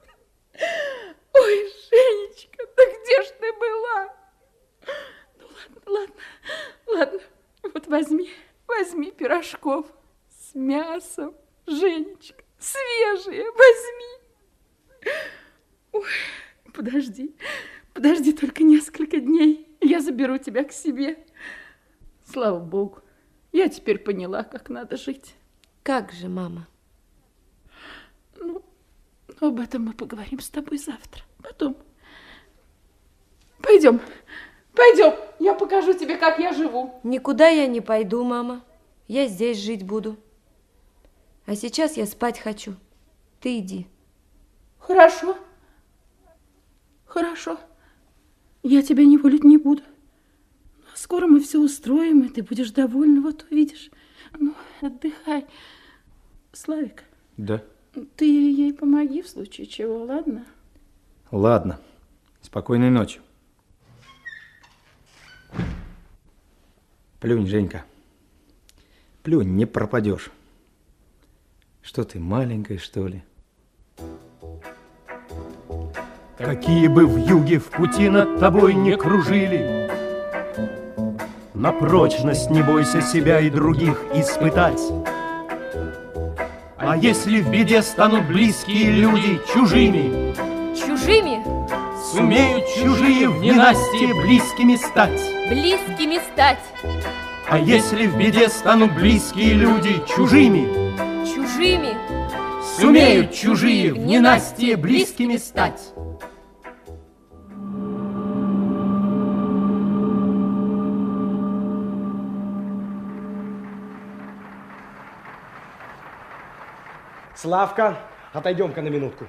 Ой, Женечка, да где ж ты была? Ну ладно, ладно, ладно. Вот возьми, возьми пирожков с мясом, Женечка, свежие, возьми. Ой, подожди, подожди только несколько дней, я заберу тебя к себе. Слава Богу, я теперь поняла, как надо жить. Как же, мама? Ну, об этом мы поговорим с тобой завтра. Потом. Пойдем, пойдем, я покажу тебе, как я живу. Никуда я не пойду, мама. Я здесь жить буду. А сейчас я спать хочу. Ты иди. Хорошо. Хорошо. Я тебя не волить не буду. Скоро мы все устроим, и ты будешь довольна, вот увидишь. Ну, отдыхай. Славик. Да? Ты ей помоги в случае чего, ладно? Ладно. Спокойной ночи. Плюнь, Женька. Плюнь, не пропадешь. Что ты, маленькая, что ли? Какие бы вьюги в пути над тобой не кружили, на прочность не бойся себя и других испытать. А если в беде станут близкие люди чужими, Чужими? сумеют чужие в ненастье близкими стать. Близкими стать. А если в беде станут близкие люди чужими, Чужими? сумеют чужие в ненастье близкими стать. Славка, отойдем-ка на минутку.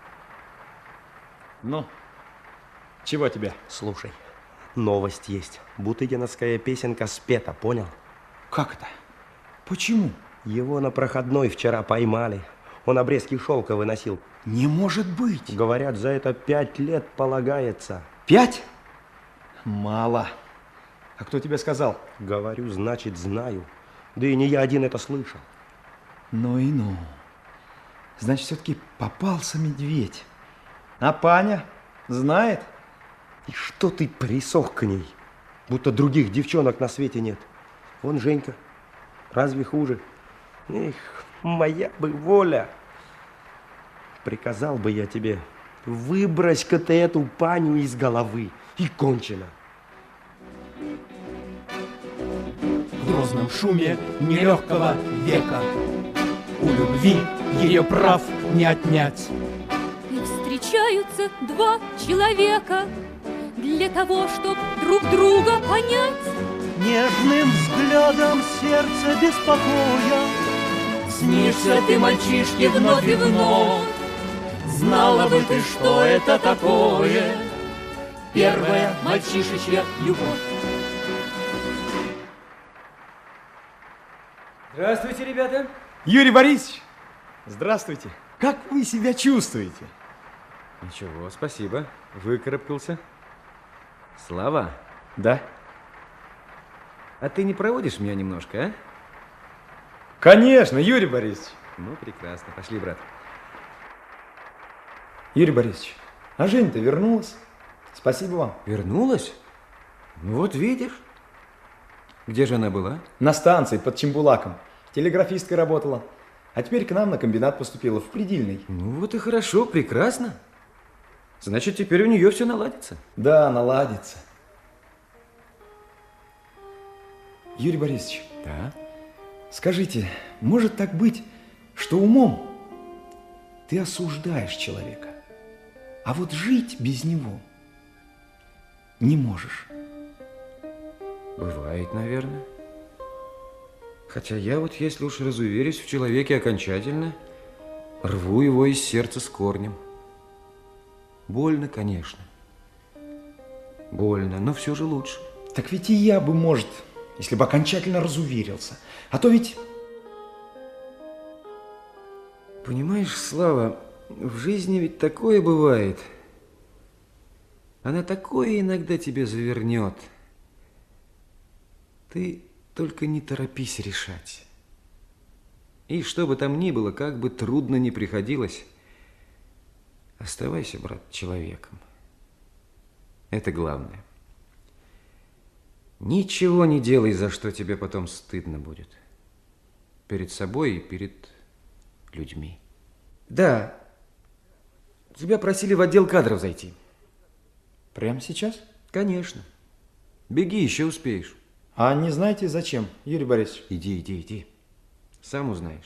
Ну, чего тебе? Слушай, новость есть. Бутыгиновская песенка спета, понял? Как это? Почему? Его на проходной вчера поймали. Он обрезки шелка выносил. Не может быть. Говорят, за это пять лет полагается. Пять? Мало. А кто тебе сказал? Говорю, значит, знаю. Да и не я один это слышал. Ну и ну. Значит, все-таки попался медведь. А Паня знает? И что ты присох к ней? Будто других девчонок на свете нет. Вон Женька. Разве хуже? Эх, моя бы воля. Приказал бы я тебе, выбрось-ка ты эту Паню из головы. И кончено. В грозном шуме нелегкого века у любви ее прав не отнять. И встречаются два человека для того, чтоб друг друга понять. Нежным взглядом сердце беспокоя Снишься ты мальчишке вновь и вновь. Знала бы ты, что это такое, первая мальчишечья любовь. Здравствуйте, ребята. Юрий Борисович, здравствуйте. Как вы себя чувствуете? Ничего, спасибо. Выкарабкался. Слава? Да? А ты не проводишь меня немножко, а? Конечно, Юрий Борисович. Ну, прекрасно. Пошли, брат. Юрий Борисович, а Женя-то вернулась? Спасибо вам. Вернулась? Ну вот видишь. Где же она была? На станции под Чембулаком. Телеграфисткой работала. А теперь к нам на комбинат поступила, в Предельный. Ну вот и хорошо, прекрасно. Значит, теперь у нее все наладится. Да, наладится. Юрий Борисович. Да? Скажите, может так быть, что умом ты осуждаешь человека, а вот жить без него не можешь? Бывает, наверное. Хотя я вот, если уж разуверюсь в человеке окончательно, рву его из сердца с корнем. Больно, конечно. Больно, но все же лучше. Так ведь и я бы, может, если бы окончательно разуверился. А то ведь... Понимаешь, Слава, в жизни ведь такое бывает. Она такое иногда тебе завернет. Ты только не торопись решать. И что бы там ни было, как бы трудно ни приходилось, оставайся, брат, человеком. Это главное. Ничего не делай, за что тебе потом стыдно будет. Перед собой и перед людьми. Да, тебя просили в отдел кадров зайти. Прямо сейчас? Конечно. Беги, еще успеешь. А не знаете, зачем, Юрий Борисович? Иди, иди, иди. Сам узнаешь.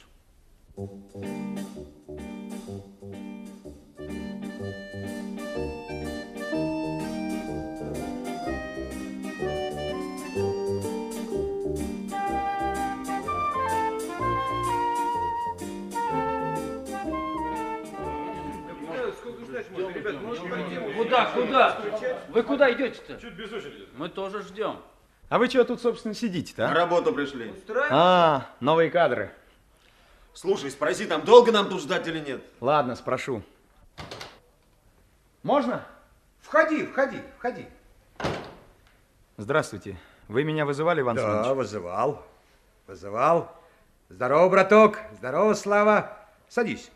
Куда, куда? Вы куда идете-то? Чуть без очереди. Мы тоже ждем. А вы чего тут, собственно, сидите-то, а? На работу пришли. А, новые кадры. Слушай, спроси там, долго нам тут ждать или нет? Ладно, спрошу. Можно? Входи, входи, входи. Здравствуйте. Вы меня вызывали, Иван Да, Семенович? вызывал. Вызывал. Здорово, браток. Здорово, Слава. Садись.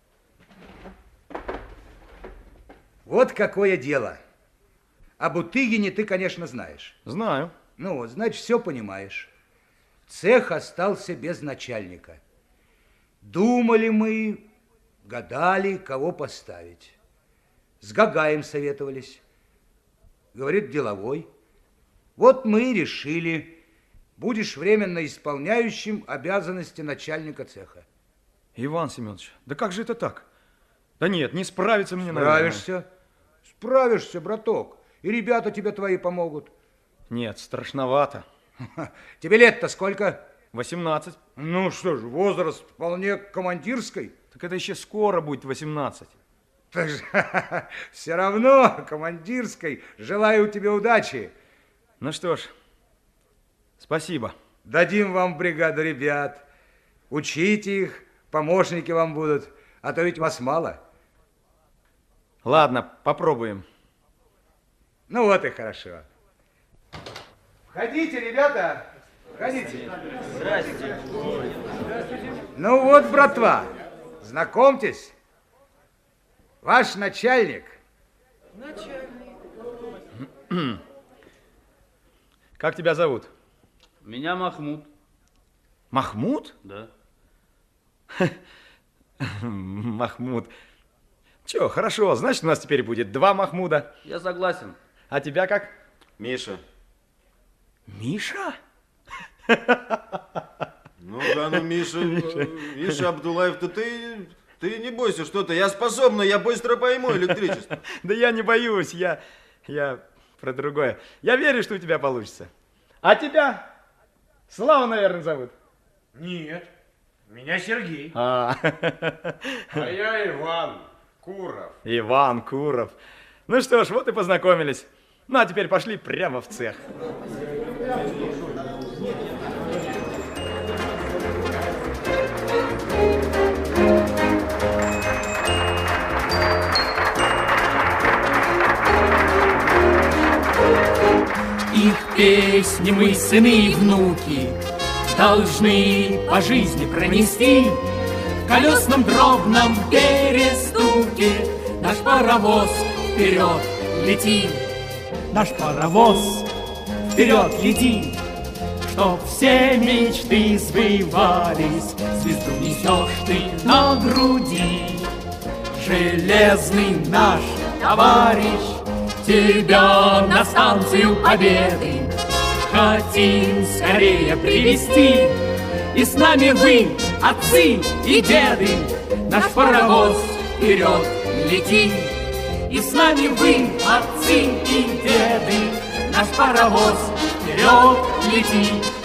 Вот какое дело. О Бутыгине ты, конечно, знаешь. Знаю. Ну вот, значит, все понимаешь. Цех остался без начальника. Думали мы, гадали, кого поставить. С Гагаем советовались. Говорит, деловой. Вот мы и решили, будешь временно исполняющим обязанности начальника цеха. Иван Семенович, да как же это так? Да нет, не справиться мне, Справишься. наверное. Справишься, браток. И ребята тебе твои помогут. Нет, страшновато. Тебе лет-то сколько? восемнадцать. Ну что ж, возраст вполне командирский. Так это еще скоро будет восемнадцать. Так же, все равно, командирской, желаю тебе удачи. Ну что ж, спасибо. Дадим вам бригаду ребят. Учите их, помощники вам будут, а то ведь вас мало. Ладно, попробуем. Ну вот и хорошо. Входите, ребята, входите. Здрасте. Ну вот, братва, знакомьтесь. Ваш начальник. Начальник. Как тебя зовут? Меня Махмуд. Махмуд? Да. Махмуд. Че, хорошо, значит, у нас теперь будет два Махмуда. Я согласен. А тебя как? Миша. Миша? Ну да, ну Миша, Миша, Миша Абдулаев, то ты, ты не бойся что-то, я способна, я быстро пойму электричество. Да я не боюсь, я, я про другое. Я верю, что у тебя получится. А тебя Слава, наверное, зовут? Нет, меня Сергей. А, а я Иван Куров. Иван Куров. Ну что ж, вот и познакомились. Ну, а теперь пошли прямо в цех. Их песни мы, сыны и внуки, должны по жизни пронести. В колесном дробном перестуке наш паровоз вперед летит. Наш паровоз вперед летит, чтоб все мечты сбывались. Звезду несешь ты на груди, железный наш товарищ. Тебя на станцию Победы хотим скорее привести. И с нами вы, отцы и деды, наш паровоз вперед летит. И с нами вы, отцы и деды, наш паровоз вперед летит.